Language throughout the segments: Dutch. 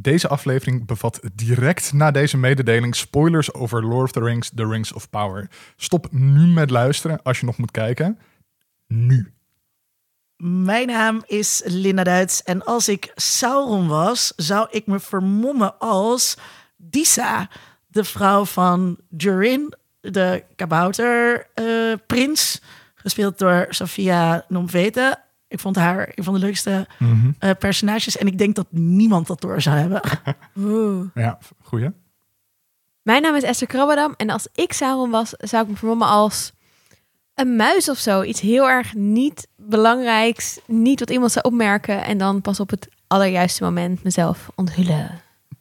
Deze aflevering bevat direct na deze mededeling spoilers over Lord of the Rings, The Rings of Power. Stop nu met luisteren als je nog moet kijken. Nu. Mijn naam is Linda Duits en als ik Sauron was, zou ik me vermommen als Disa, de vrouw van Durin, de kabouterprins, gespeeld door Sofia Nomvete. Ik vond haar een van de leukste personages en ik denk dat niemand dat door zou hebben. Ja, goeie. Mijn naam is Esther Krabberdam en als ik Sauron was, zou ik me vermommen als een muis of zo. Iets heel erg niet belangrijks, niet wat iemand zou opmerken en dan pas op het allerjuiste moment mezelf onthullen.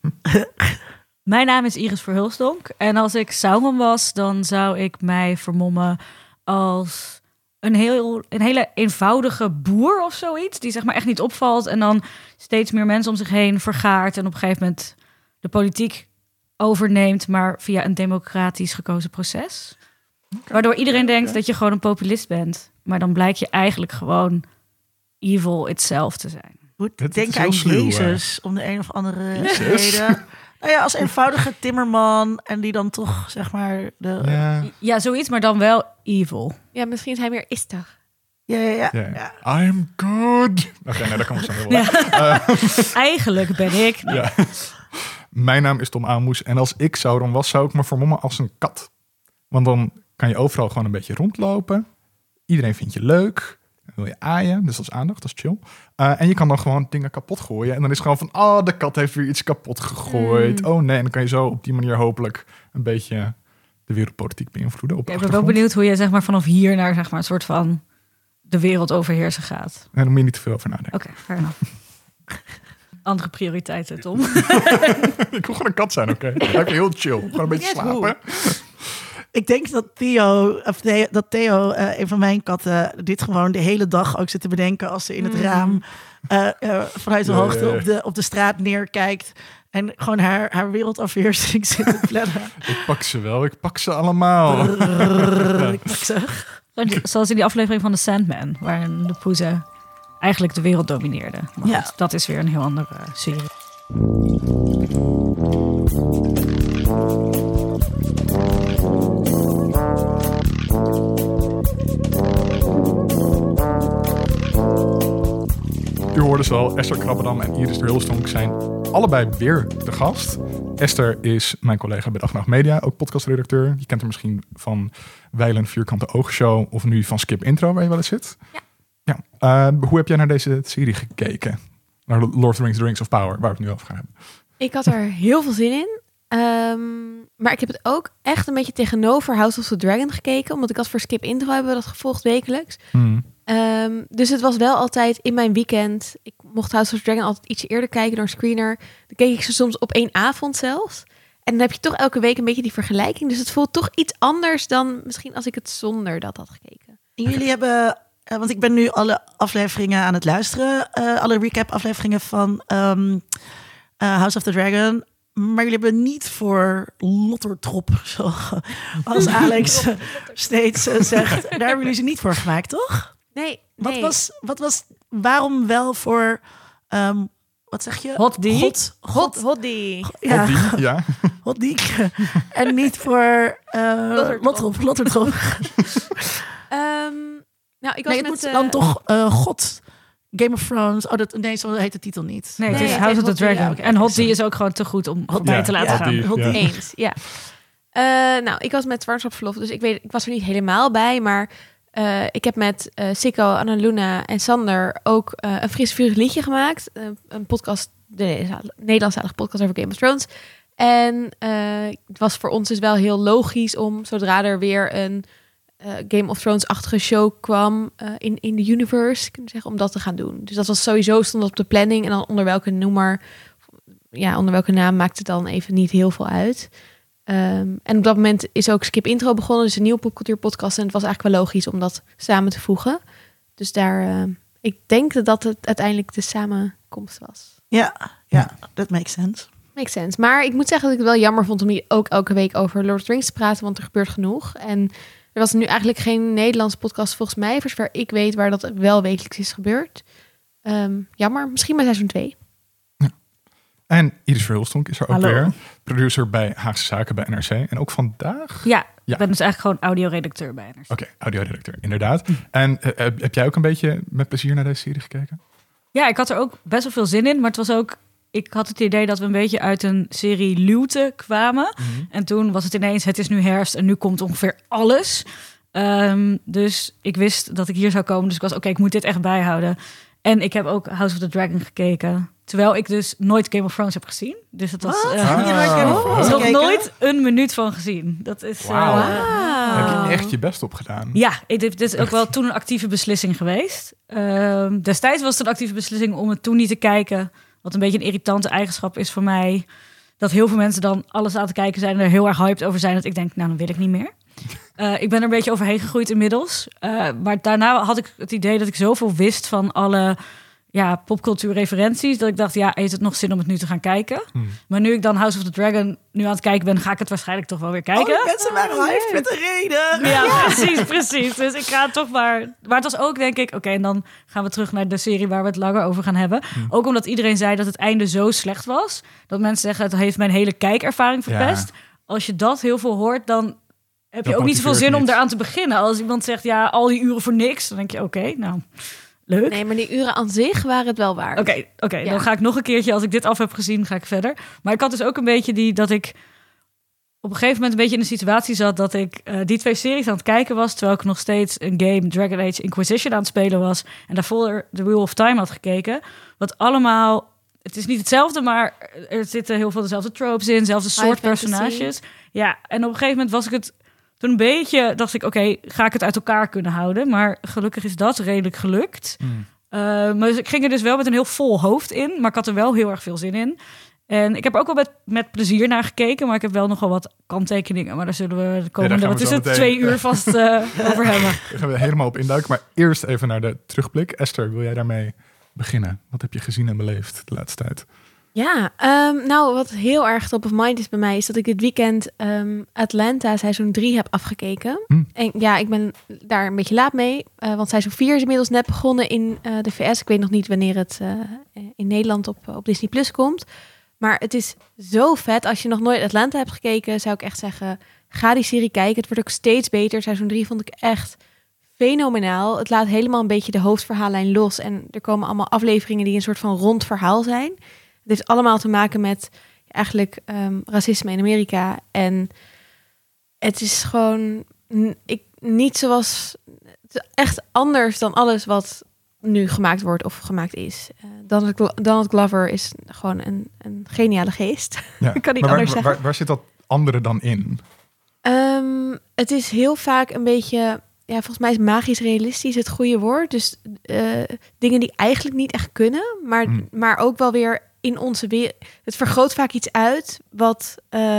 Mijn naam is Iris Verhulstonk en als ik Sauron was, dan zou ik mij vermommen als een hele eenvoudige boer of zoiets, die zeg maar echt niet opvalt en dan steeds meer mensen om zich heen vergaart en op een gegeven moment de politiek overneemt, maar via een democratisch gekozen proces. Waardoor iedereen denkt dat je gewoon een populist bent, maar dan blijk je eigenlijk gewoon evil itself te zijn. Ik denk aan Jezus om de een of andere reden. Nou ja, als eenvoudige timmerman en die dan toch, zeg maar... Ja, zoiets, maar dan wel evil. Ja, misschien is hij meer Istar. Ja. I'm good. Oké, nee, dat kan ik zo wel. Eigenlijk ben ik... Ja. Mijn naam is Tom Aalmoes en als ik Sauron was, zou ik me vermommen als een kat. Want dan kan je overal gewoon een beetje rondlopen. Iedereen vindt je leuk. Dan wil je aaien, dus dat is aandacht, dat is chill. En je kan dan gewoon dingen kapot gooien. En dan is het gewoon van, de kat heeft weer iets kapot gegooid. Oh nee, en dan kan je zo op die manier hopelijk een beetje de wereldpolitiek beïnvloeden. Ik ben wel benieuwd hoe je zeg maar vanaf hier naar zeg maar een soort van de wereld overheersen gaat. En daar moet je niet te veel over nadenken. Oké, fair enough. Andere prioriteiten, Tom. Ik wil gewoon een kat zijn, oké? Dan heb je heel chill. Gewoon een beetje slapen. Ik denk dat Theo, een van mijn katten, dit gewoon de hele dag ook zit te bedenken als ze in het raam vanuit de hoogte op de straat neerkijkt en gewoon haar wereldafheersing zit te plannen. Ik pak ze wel, ik pak ze allemaal. Ik pak ze. Zoals in die aflevering van The Sandman, waarin de poezen eigenlijk de wereld domineerde. Maar goed, dat is weer een heel andere serie. U hoorde ze al, Esther Krabberdam en Iris Verhulstonk zijn allebei weer de gast. Esther is mijn collega bij Dag en Nacht Media, ook podcastredacteur. Je kent haar misschien van Wijlen Vierkante Oogshow of nu van Skip Intro, waar je wel eens zit. Ja. Hoe heb jij naar deze serie gekeken? Naar Lord of the Rings, The Rings of Power, waar we het nu over gaan hebben. Ik had er heel veel zin in. Maar ik heb het ook echt een beetje tegenover House of the Dragon gekeken. Omdat ik als voor Skip Intro hebben we dat gevolgd wekelijks. Dus het was wel altijd in mijn weekend. Ik mocht House of the Dragon altijd iets eerder kijken door een screener. Dan keek ik ze soms op 1 avond zelfs. En dan heb je toch elke week een beetje die vergelijking. Dus het voelt toch iets anders dan misschien als ik het zonder dat had gekeken. Jullie hebben... want ik ben nu alle afleveringen aan het luisteren. Alle recap-afleveringen van House of the Dragon. Maar jullie hebben niet voor Lottertrop, zoals Alex steeds zegt. Daar hebben jullie ze niet voor gemaakt, toch? Nee. Wat was waarom wel voor... wat zeg je? Hot D. Hot D. Ja. Hot D. En niet voor Lottertrop. Nou, ik was het moet dan toch God... Game of Thrones. Zo heet de titel niet. Nee, het is House of the Dragon. Ja, en Hot D is ook gewoon te goed om voorbij te laten gaan. Hot D. Eens, ja. Nou, ik was met zwangerschapsverlof, dus ik was er niet helemaal bij. Maar ik heb met Sikko, Annaluna en Sander ook een fris vurig liedje gemaakt. Een podcast, de Nederlandstalige podcast over Game of Thrones. En het was voor ons dus wel heel logisch om, zodra er weer een Game of Thrones-achtige show kwam in de universe, kunnen zeggen, om dat te gaan doen. Dus dat was sowieso, stond op de planning. En dan onder welke onder welke naam maakt het dan even niet heel veel uit. En op dat moment is ook Skip Intro begonnen, dus een nieuwe popcultuurpodcast. En het was eigenlijk wel logisch om dat samen te voegen. Dus daar, ik denk dat het uiteindelijk de samenkomst was. Ja, that makes sense. Makes sense. Maar ik moet zeggen dat ik het wel jammer vond om niet ook elke week over Lord of the Rings te praten, want er gebeurt genoeg. En er was nu eigenlijk geen Nederlandse podcast volgens mij, voor zover ik weet, waar dat wel wekelijks is gebeurd. Jammer, misschien bij seizoen 2. En Iris Verhulstonk is er ook Hallo. weer. Producer bij Haagse Zaken bij NRC. En ook vandaag... Ja, Ja. ik ben dus eigenlijk gewoon audioredacteur bij NRC. Oké, audioredacteur, inderdaad. En heb jij ook een beetje met plezier naar deze serie gekeken? Ja, ik had er ook best wel veel zin in. Maar het was ook... Ik had het idee dat we een beetje uit een serie luwte kwamen. En toen was het ineens, het is nu herfst en nu komt ongeveer alles. Dus ik wist dat ik hier zou komen. Dus ik was, oké, ik moet dit echt bijhouden. En ik heb ook House of the Dragon gekeken. Terwijl ik dus nooit Game of Thrones heb gezien. Dus het was Wat? Ah. Heb je nooit Game of Thrones nog gekeken? nooit een minuut van gezien. Dat is... Wauw. Daar heb Ah. je echt je best op gedaan. Ja, dit is ook wel toen een actieve beslissing geweest. Destijds was het een actieve beslissing om het toen niet te kijken. Wat een beetje een irritante eigenschap is voor mij. Dat heel veel mensen dan alles aan het kijken zijn en er heel erg hyped over zijn. Dat ik denk, nou, dan wil ik niet meer. Ik ben er een beetje overheen gegroeid inmiddels. Maar daarna had ik het idee dat ik zoveel wist van alle popcultuurreferenties. Dat ik dacht, ja, heeft het nog zin om het nu te gaan kijken? Maar nu ik dan House of the Dragon nu aan het kijken ben, ga ik het waarschijnlijk toch wel weer kijken. Oh, mensen waren hyped met een reden. Ja, precies. Dus ik ga het toch maar... Maar het was ook, denk ik... Oké, en dan gaan we terug naar de serie waar we het langer over gaan hebben. Ook omdat iedereen zei dat het einde zo slecht was. Dat mensen zeggen, het heeft mijn hele kijkervaring verpest. Ja. Als je dat heel veel hoort, dan heb je Dat ook niet zoveel motiveert zin om niet. eraan te beginnen. Als iemand zegt, ja, al die uren voor niks. Dan denk je, oké, nou, leuk. Nee, maar die uren aan zich waren het wel waard. Oké, Ja. dan ga ik nog een keertje, als ik dit af heb gezien, ga ik verder. Maar ik had dus ook een beetje dat ik op een gegeven moment een beetje in de situatie zat dat ik die 2 series aan het kijken was, terwijl ik nog steeds een game Dragon Age Inquisition aan het spelen was en daarvoor The Wheel of Time had gekeken. Wat allemaal, het is niet hetzelfde, maar er zitten heel veel dezelfde tropes in, dezelfde soort fantasy. personages. Ja, en op een gegeven moment was ik het toen een beetje, dacht ik, oké, ga ik het uit elkaar kunnen houden? Maar gelukkig is dat redelijk gelukt. Maar ik ging er dus wel met een heel vol hoofd in, maar ik had er wel heel erg veel zin in. En ik heb er ook wel met plezier naar gekeken, maar ik heb wel nogal wat kanttekeningen. Maar daar zullen we de komende, gaan we wat is zo het, meteen. 2 uur vast over hebben. Daar gaan we helemaal op induiken. Maar eerst even naar de terugblik. Esther, wil jij daarmee beginnen? Wat heb je gezien en beleefd de laatste tijd? Ja, nou wat heel erg top of mind is bij mij... is dat ik dit weekend Atlanta seizoen 3 heb afgekeken. En ja, ik ben daar een beetje laat mee. Want seizoen 4 is inmiddels net begonnen in de VS. Ik weet nog niet wanneer het in Nederland op Disney Plus komt. Maar het is zo vet. Als je nog nooit Atlanta hebt gekeken... zou ik echt zeggen, ga die serie kijken. Het wordt ook steeds beter. Seizoen 3 vond ik echt fenomenaal. Het laat helemaal een beetje de hoofdverhaallijn los. En er komen allemaal afleveringen die een soort van rond verhaal zijn... Het heeft allemaal te maken met eigenlijk racisme in Amerika. En het is gewoon niet zoals... Het is echt anders dan alles wat nu gemaakt wordt of gemaakt is. Donald Glover is gewoon een geniale geest. Ja. Ik kan niet Maar anders zeggen. Waar zit dat andere dan in? Het is heel vaak een beetje... Ja, volgens mij is magisch realistisch het goede woord. Dus dingen die eigenlijk niet echt kunnen. Maar ook wel weer in onze wereld. Het vergroot vaak iets uit wat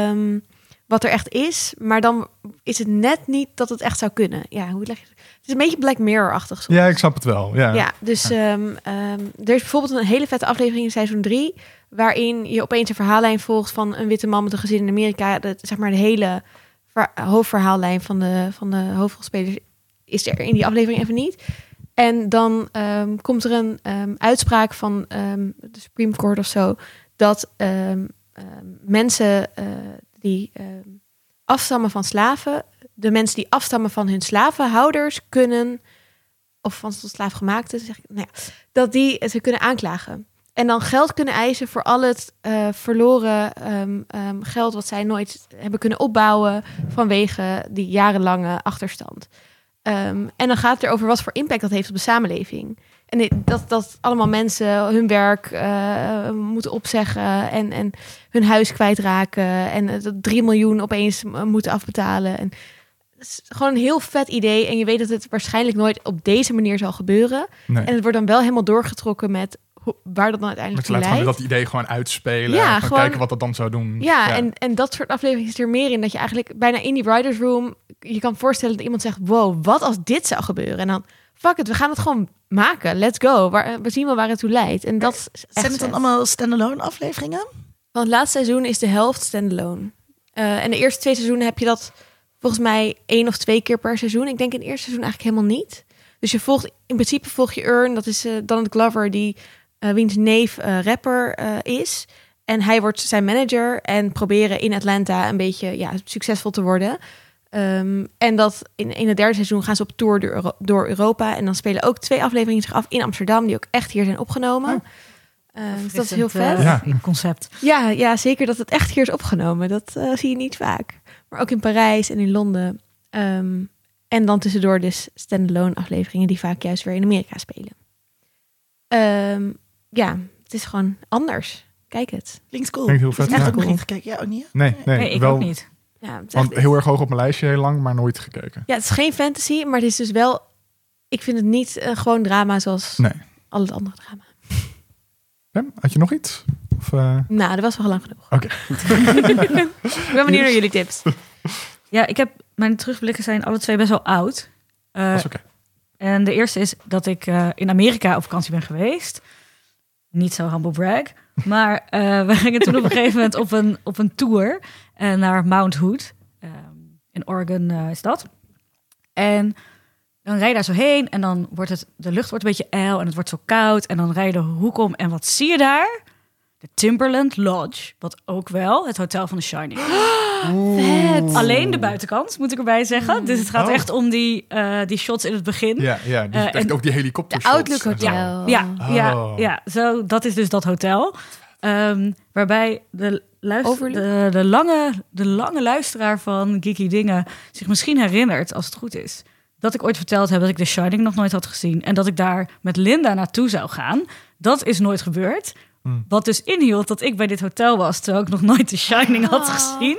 er echt is. Maar dan is het net niet dat het echt zou kunnen. Ja, hoe leg je het? Het is een beetje Black Mirror-achtig soms. Ja, ik snap het wel. Ja. Ja, dus er is bijvoorbeeld een hele vette aflevering in seizoen 3... waarin je opeens een verhaallijn volgt van een witte man met een gezin in Amerika. Zeg maar de hele hoofdverhaallijn van de hoofdrolspelers is er in die aflevering even niet. En dan komt er een uitspraak van de Supreme Court of zo... dat mensen die afstammen van slaven... de mensen die afstammen van hun slavenhouders kunnen... of van slaafgemaakten, zeg ik, nou ja, dat die ze kunnen aanklagen. En dan geld kunnen eisen voor al het verloren geld... wat zij nooit hebben kunnen opbouwen... vanwege die jarenlange achterstand. En dan gaat het erover wat voor impact dat heeft op de samenleving. En dat allemaal mensen hun werk moeten opzeggen... en hun huis kwijtraken... en 3 miljoen opeens moeten afbetalen. En het is gewoon een heel vet idee. En je weet dat het waarschijnlijk nooit op deze manier zal gebeuren. Nee. En het wordt dan wel helemaal doorgetrokken met... waar dat dan Maar uiteindelijk ze toe laat gewoon leidt. dat idee gewoon uitspelen. Ja, gewoon gewoon- kijken wat dat dan zou doen. Ja, en dat soort afleveringen is er meer in. Dat je eigenlijk bijna in die writers room... je kan voorstellen dat iemand zegt... wow, wat als dit zou gebeuren? En dan, fuck it, we gaan het gewoon maken. Let's go. We zien wel waar het toe leidt. En dat is echt Zijn het dan vet. allemaal standalone afleveringen? Want het laatste seizoen is de helft standalone. En de eerste 2 seizoenen heb je dat... volgens mij 1 of 2 keer per seizoen. Ik denk in het eerste seizoen eigenlijk helemaal niet. Dus in principe volg je Earn. Dat is Donald Glover, die wiens neef rapper is. En hij wordt zijn manager en proberen in Atlanta een beetje succesvol te worden. En dat in het derde seizoen gaan ze op tour door Europa. En dan spelen ook 2 afleveringen zich af in Amsterdam, die ook echt hier zijn opgenomen. Dus dat is heel vet. In concept. Ja, zeker dat het echt hier is opgenomen. Dat zie je niet vaak. Maar ook in Parijs en in Londen. En dan tussendoor dus standalone afleveringen die vaak juist weer in Amerika spelen. Het is gewoon anders. Kijk het. Klinkt cool. Klinkt heel vet, Echt ja. ook nog niet gekeken. Ja, ook niet. Nee, ik wel, ook niet. Ja, het is Want echt- heel erg hoog op mijn lijstje, heel lang, maar nooit gekeken. Ja, het is geen fantasy, maar het is dus wel... Ik vind het niet gewoon drama zoals Nee. al het andere drama. Pam, had je nog iets? Of, Nou, dat was wel lang genoeg. Oké. Ik ben benieuwd naar jullie tips. Ja, mijn terugblikken zijn alle 2 best wel oud. Dat is oké. En de eerste is dat ik in Amerika op vakantie ben geweest. Niet zo humble brag. Maar we gingen toen op een gegeven moment op een tour naar Mount Hood. In Oregon is dat. En dan rij je daar zo heen en dan wordt de lucht wordt een beetje ijl en het wordt zo koud. En dan rij je de hoek om en wat zie je daar? De Timberland Lodge, wat ook wel het hotel van The Shining. Vet. Alleen de buitenkant, moet ik erbij zeggen. Dus het gaat Oh. echt om die shots in het begin. Ja, echt en ook die De helikoptershots. Outlook en zo. Hotel. Ja, zo, dat is dus dat hotel. Waarbij de lange luisteraar van Geeky Dingen zich misschien herinnert, als het goed is, dat ik ooit verteld heb dat ik The Shining nog nooit had gezien. En dat ik daar met Linda naartoe zou gaan. Dat is nooit gebeurd. Wat dus inhield dat ik bij dit hotel was, terwijl ik nog nooit The Shining had gezien.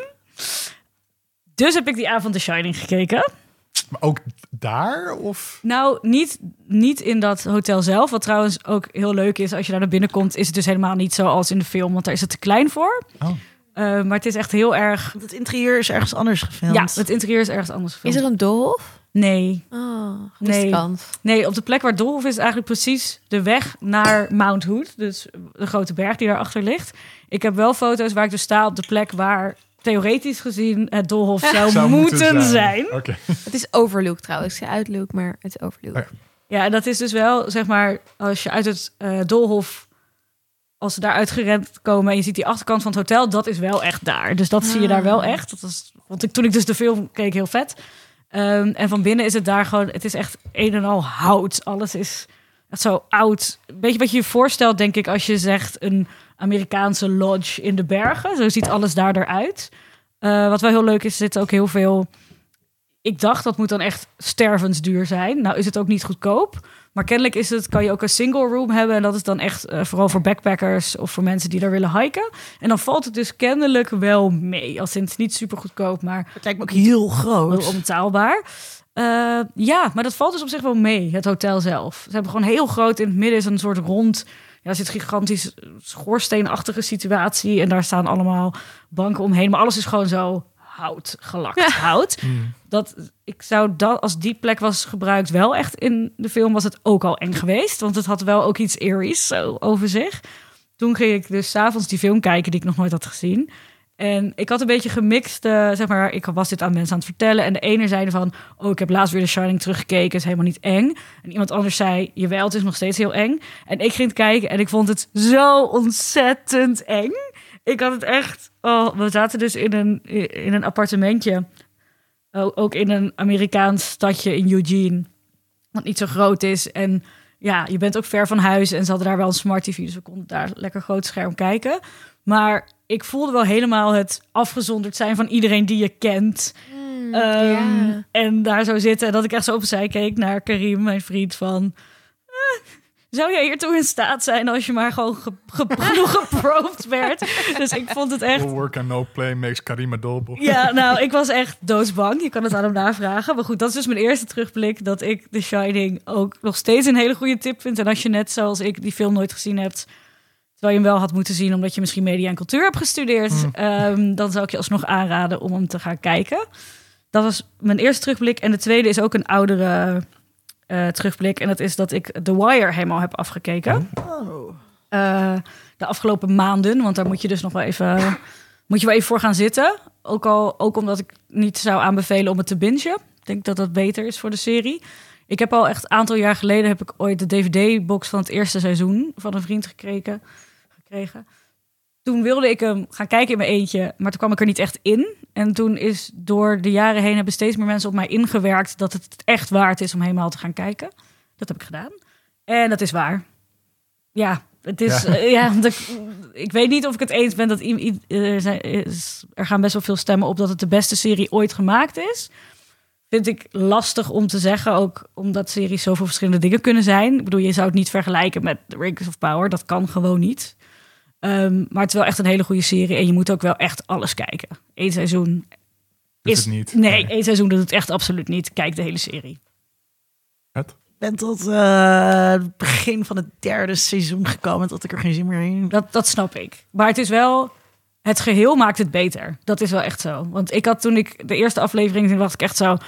Dus heb ik die avond The Shining gekeken. Maar ook daar? Of? Nou, niet in dat hotel zelf. Wat trouwens ook heel leuk is. Als je daar naar binnen komt, is het dus helemaal niet zoals in de film. Want daar is het te klein voor. Oh. Maar het is echt heel erg... Want het interieur is ergens anders gefilmd. Ja, het interieur is ergens anders Is gefilmd. er een doolhof? Nee. Oh, Nee. gemiste kans. Nee, op de plek waar Doolhof is eigenlijk precies de weg naar Mount Hood. Dus de grote berg die daarachter ligt. Ik heb wel foto's waar ik dus sta op de plek waar theoretisch gezien het Doolhof zou moeten zijn. Oké. Het is Overlook trouwens. Ik zei Outlook, maar het is Overlook. Oh ja. Ja, en dat is dus wel, zeg maar, als je uit het Doolhof, als ze daar uitgerend komen en je ziet die achterkant van het hotel, dat is wel echt daar. Dus dat zie je daar wel echt. Vond ik toen ik dus de film keek heel vet. En van binnen is het daar gewoon, het is echt een en al hout. Alles is echt zo oud. Weet je wat je je voorstelt, denk ik, als je zegt een Amerikaanse lodge in de bergen. Zo ziet alles daar eruit. Wat wel heel leuk is, zit ook heel veel... Ik dacht, dat moet dan echt stervensduur zijn. Nou is het ook niet goedkoop. Maar kennelijk kan je ook een single room hebben. En dat is dan echt vooral voor backpackers of voor mensen die daar willen hiken. En dan valt het dus kennelijk wel mee. Als het is niet super goedkoop, maar Het lijkt me ook heel groot. wel onbetaalbaar. Ja, maar dat valt dus op zich wel mee, het hotel zelf. Ze hebben gewoon heel groot in het midden is een soort rond... Ja, er zit een gigantisch schoorsteenachtige situatie. En daar staan allemaal banken omheen. Maar alles is gewoon zo hout, gelakt hout. Ik zou dat, als die plek was gebruikt, wel echt in de film was het ook al eng geweest. Want het had wel ook iets eerie's zo over zich. Toen ging ik dus 's avonds die film kijken die ik nog nooit had gezien. En ik had een beetje gemixt, zeg maar, ik was dit aan mensen aan het vertellen. En de ene zei van, ik heb laatst weer The Shining teruggekeken, is helemaal niet eng. En iemand anders zei, jawel, het is nog steeds heel eng. En ik ging het kijken en ik vond het zo ontzettend eng. Ik had het echt, we zaten dus in een appartementje. Ook in een Amerikaans stadje in Eugene, wat niet zo groot is. En ja, je bent ook ver van huis en ze hadden daar wel een smart TV, dus we konden daar lekker groot scherm kijken. Maar ik voelde wel helemaal het afgezonderd zijn van iedereen die je kent. En daar zo zitten. En dat ik echt zo opzij keek naar Karim, mijn vriend, van... zou jij hiertoe in staat zijn als je maar gewoon genoeg geprobed werd? Dus ik vond het echt... No work and no play makes Karima Dolbo. Ja, nou, ik was echt doodsbang. Je kan het aan hem navragen. Maar goed, dat is dus mijn eerste terugblik... dat ik The Shining ook nog steeds een hele goede tip vind. En als je net zoals ik die film nooit gezien hebt... terwijl je hem wel had moeten zien... omdat je misschien media en cultuur hebt gestudeerd... dan zou ik je alsnog aanraden om hem te gaan kijken. Dat was mijn eerste terugblik. En de tweede is ook een oudere terugblik. En dat is dat ik The Wire helemaal heb afgekeken. De afgelopen maanden. Want daar moet je dus nog wel even... moet je wel even voor gaan zitten. Ook omdat ik niet zou aanbevelen om het te bingen. Ik denk dat dat beter is voor de serie. Ik heb al echt een aantal jaar geleden... heb ik ooit de DVD-box van het eerste seizoen... van een vriend gekregen. toen wilde ik hem gaan kijken in mijn eentje, maar toen kwam ik er niet echt in. En toen is door de jaren heen hebben steeds meer mensen op mij ingewerkt dat het echt waard is om helemaal te gaan kijken. Dat heb ik gedaan. En dat is waar. Ja, het is. Ik weet niet of ik het eens ben dat er gaan best wel veel stemmen op dat het de beste serie ooit gemaakt is. Vind ik lastig om te zeggen, ook omdat series zoveel verschillende dingen kunnen zijn. Ik bedoel, je zou het niet vergelijken met The Rings of Power. Dat kan gewoon niet. Maar het is wel echt een hele goede serie. En je moet ook wel echt alles kijken. Eén seizoen Doet het niet. Nee, één seizoen doet het echt absoluut niet. Kijk de hele serie. Het? Ik ben tot het begin van het 3e seizoen gekomen, tot ik er geen zin meer in. Dat snap ik. Maar het is wel... Het geheel maakt het beter. Dat is wel echt zo. Want ik had toen ik de eerste aflevering ging, dacht ik echt zo...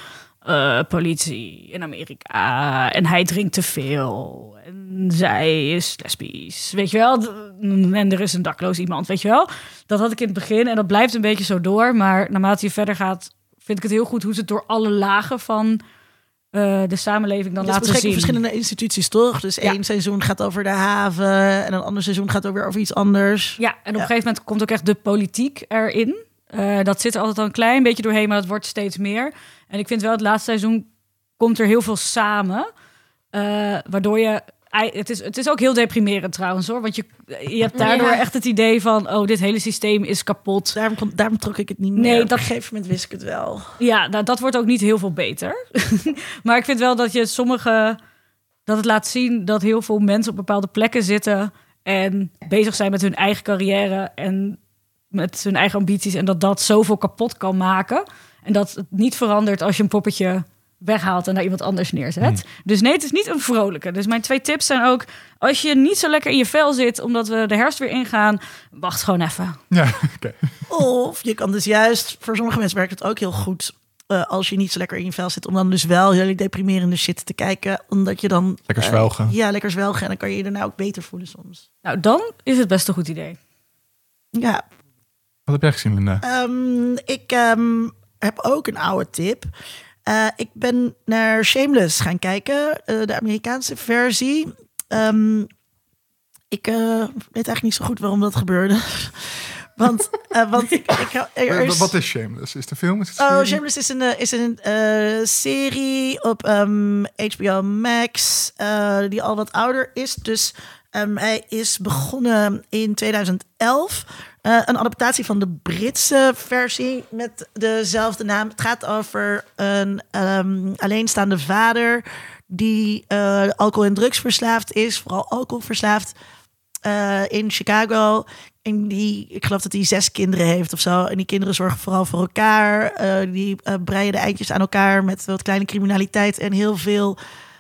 politie in Amerika. En hij drinkt te veel. En zij is lesbisch. Weet je wel? En er is een dakloos iemand. Weet je wel? Dat had ik in het begin. En dat blijft een beetje zo door. Maar naarmate je verder gaat, vind ik het heel goed hoe ze het door alle lagen van de samenleving dan laten zien. Verschillende instituties, toch? Dus één seizoen gaat over de haven en een ander seizoen gaat weer over iets anders. Ja, en op een gegeven moment komt ook echt de politiek erin. Dat zit er altijd al een klein beetje doorheen, maar dat wordt steeds meer. En ik vind wel, het laatste seizoen komt er heel veel samen. Waardoor je... Het is ook heel deprimerend trouwens, hoor. Want je hebt daardoor echt het idee van... oh, dit hele systeem is kapot. Daarom trok ik het niet meer. Nee, op een gegeven moment wist ik het wel. Ja, dat wordt ook niet heel veel beter. Maar ik vind wel dat je dat het laat zien dat heel veel mensen op bepaalde plekken zitten... en bezig zijn met hun eigen carrière en met hun eigen ambities... en dat zoveel kapot kan maken. En dat het niet verandert als je een poppetje weghaalt en daar iemand anders neerzet. Dus nee, het is niet een vrolijke. Dus mijn 2 tips zijn ook... als je niet zo lekker in je vel zit... omdat we de herfst weer ingaan... wacht gewoon even. Ja, oké. Of je kan dus juist... voor sommige mensen werkt het ook heel goed... als je niet zo lekker in je vel zit... om dan dus wel heel deprimerende shit te kijken... omdat je dan... Lekker zwelgen. Ja, lekker zwelgen. En dan kan je je daarna ook beter voelen soms. Nou, dan is het best een goed idee. Ja. Wat heb jij gezien, Linda? Ik heb ook een oude tip... ik ben naar Shameless gaan kijken, de Amerikaanse versie. Ik weet eigenlijk niet zo goed waarom dat gebeurde. want Wat is Shameless? Is het een film? Is het Shameless is een serie op HBO Max die al wat ouder is. Dus hij is begonnen in 2011... een adaptatie van de Britse versie met dezelfde naam. Het gaat over een alleenstaande vader die alcohol- en drugsverslaafd is. Vooral alcoholverslaafd in Chicago. En ik geloof dat hij 6 kinderen heeft of zo. En die kinderen zorgen vooral voor elkaar. Die breien de eindjes aan elkaar met wat kleine criminaliteit en heel veel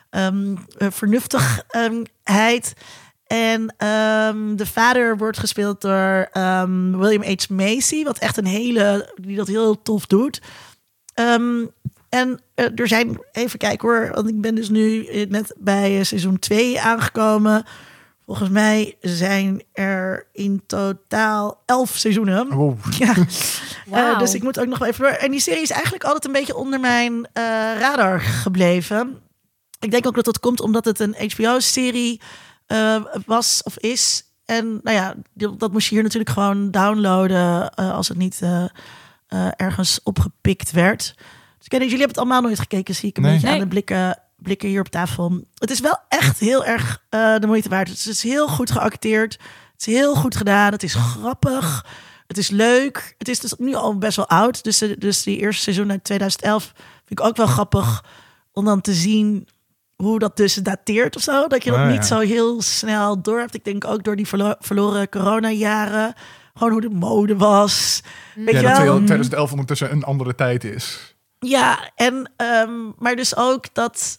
vernuftigheid. En de vader wordt gespeeld door William H. Macy, wat echt die dat heel tof doet. En er zijn, even kijken hoor, want ik ben dus nu net bij seizoen 2 aangekomen. Volgens mij zijn er in totaal 11 seizoenen. Wow. Ja. Wauw. Dus ik moet ook nog wel even door. En die serie is eigenlijk altijd een beetje onder mijn radar gebleven. Ik denk ook dat dat komt omdat het een HBO-serie was of is. En nou ja, dat moest je hier natuurlijk gewoon downloaden als het niet ergens opgepikt werd. Dus ik weet niet, jullie hebben het allemaal nooit gekeken, zie ik een beetje aan de blikken hier op tafel. Het is wel echt heel erg de moeite waard. Het is heel goed geacteerd. Het is heel goed gedaan. Het is grappig. Het is leuk. Het is dus nu al best wel oud. Dus die eerste seizoen uit 2011 vind ik ook wel grappig om dan te zien hoe dat dus dateert of zo. Dat je dat niet zo heel snel door hebt. Ik denk ook door die verloren coronajaren. Gewoon hoe de mode was. Weet je wel? 2011 ondertussen een andere tijd is. Ja, en maar dus ook dat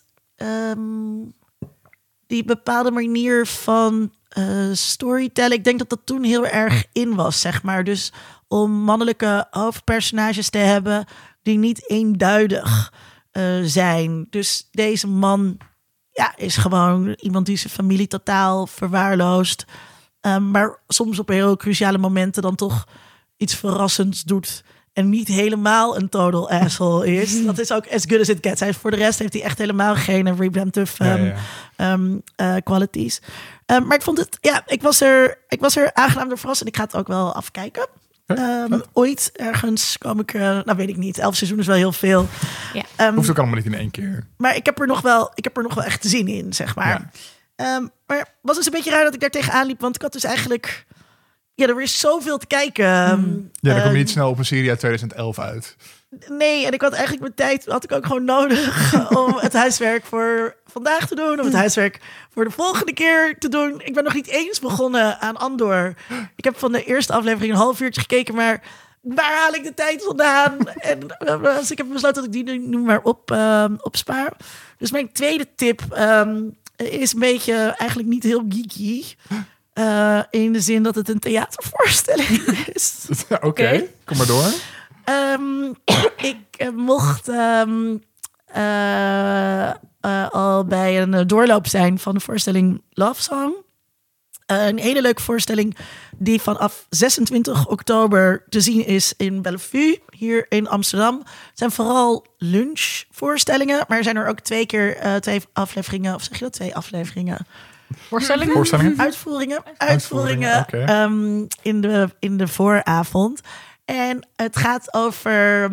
die bepaalde manier van storytelling, ik denk dat dat toen heel erg in was, zeg maar. Dus om mannelijke hoofdpersonages te hebben die niet eenduidig zijn. Dus deze man is gewoon iemand die zijn familie totaal verwaarloost. Maar soms op heel cruciale momenten dan toch iets verrassends doet en niet helemaal een total asshole is. Dat is ook as good as it gets. Voor de rest heeft hij echt helemaal geen redemptive qualities. Maar ik vond het, ik was er aangenaam door verrast en ik ga het ook wel afkijken. Ooit ergens kom ik, weet ik niet. 11 seizoenen is wel heel veel. Ja. Hoeft ook allemaal niet in 1 keer. Maar ik heb er nog wel echt zin in, zeg maar. Ja. Maar het was dus een beetje raar dat ik daar tegenaan liep, want ik had dus eigenlijk... Ja, er is zoveel te kijken. Dan kom je niet snel op een serie uit 2011 uit. Nee, en ik had eigenlijk mijn tijd had ik ook gewoon nodig om het huiswerk voor vandaag te doen, om het huiswerk voor de volgende keer te doen. Ik ben nog niet eens begonnen aan Andor. Ik heb van de eerste aflevering een half uurtje gekeken, maar waar haal ik de tijd vandaan? Dus ik heb besloten dat ik die nu maar opspaar. Dus mijn tweede tip is een beetje eigenlijk niet heel geeky. In de zin dat het een theatervoorstelling is. Oké, kom maar door. Ik mocht al bij een doorloop zijn van de voorstelling Love Song. Een hele leuke voorstelling die vanaf 26 oktober te zien is in Bellevue, hier in Amsterdam. Het zijn vooral lunchvoorstellingen, maar er zijn er ook 2 afleveringen, of zeg je dat, 2 afleveringen? Voorstellingen? Uitvoeringen okay. in de vooravond. En het gaat over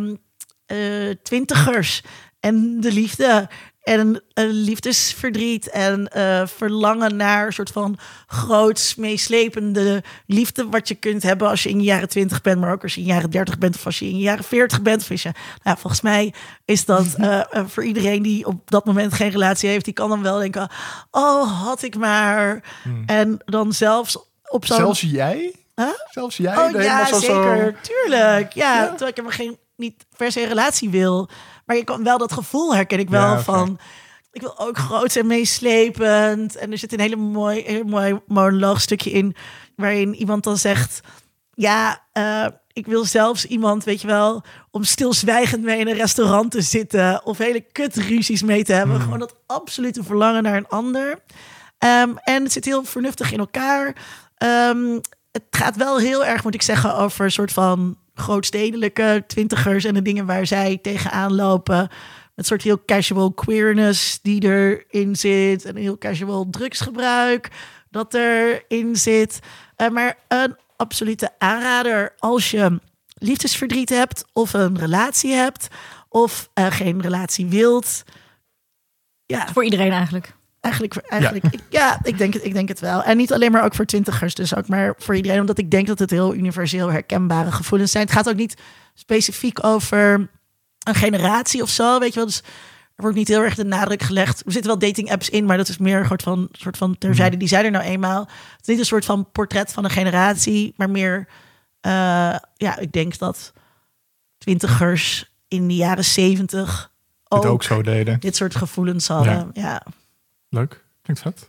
20ers en de liefde en liefdesverdriet en verlangen naar een soort van groots meeslepende liefde wat je kunt hebben als je in je jaren 20 bent, maar ook als je in je jaren 30 bent of als je in je jaren 40 bent. Of als je, volgens mij is dat voor iedereen die op dat moment geen relatie heeft, die kan dan wel denken, oh, had ik maar. En dan zelfs op zo'n... Zelfs jij? Huh? Zelfs jij? Oh ja, zeker. Zo... Tuurlijk. Ja, terwijl ik helemaal niet per se een relatie wil. Maar je kan wel dat gevoel herken ik wel van... Ik wil ook groot en meeslepend. En er zit een heel mooi monoloogstukje in... waarin iemand dan zegt... ik wil zelfs iemand, weet je wel... om stilzwijgend mee in een restaurant te zitten... of hele kutruzies mee te hebben. Gewoon dat absolute verlangen naar een ander. En het zit heel vernuftig in elkaar... Het gaat wel heel erg, moet ik zeggen, over een soort van grootstedelijke 20ers en de dingen waar zij tegenaan lopen. Een soort heel casual queerness die erin zit. En heel casual drugsgebruik dat erin zit. Maar een absolute aanrader als je liefdesverdriet hebt of een relatie hebt of geen relatie wilt. Ja, voor iedereen eigenlijk. Eigenlijk, ik denk het wel. En niet alleen maar ook voor 20ers, dus ook maar voor iedereen. Omdat ik denk dat het heel universeel herkenbare gevoelens zijn. Het gaat ook niet specifiek over een generatie of zo, weet je wel. Dus er wordt niet heel erg de nadruk gelegd. Er zitten wel dating apps in, maar dat is meer een soort van terzijde. Die zijn er nou eenmaal. Het is niet een soort van portret van een generatie, maar meer... ik denk dat 20ers in de jaren 70 ook zo deden. Dit soort gevoelens hadden, ja. Leuk, klinkt vet.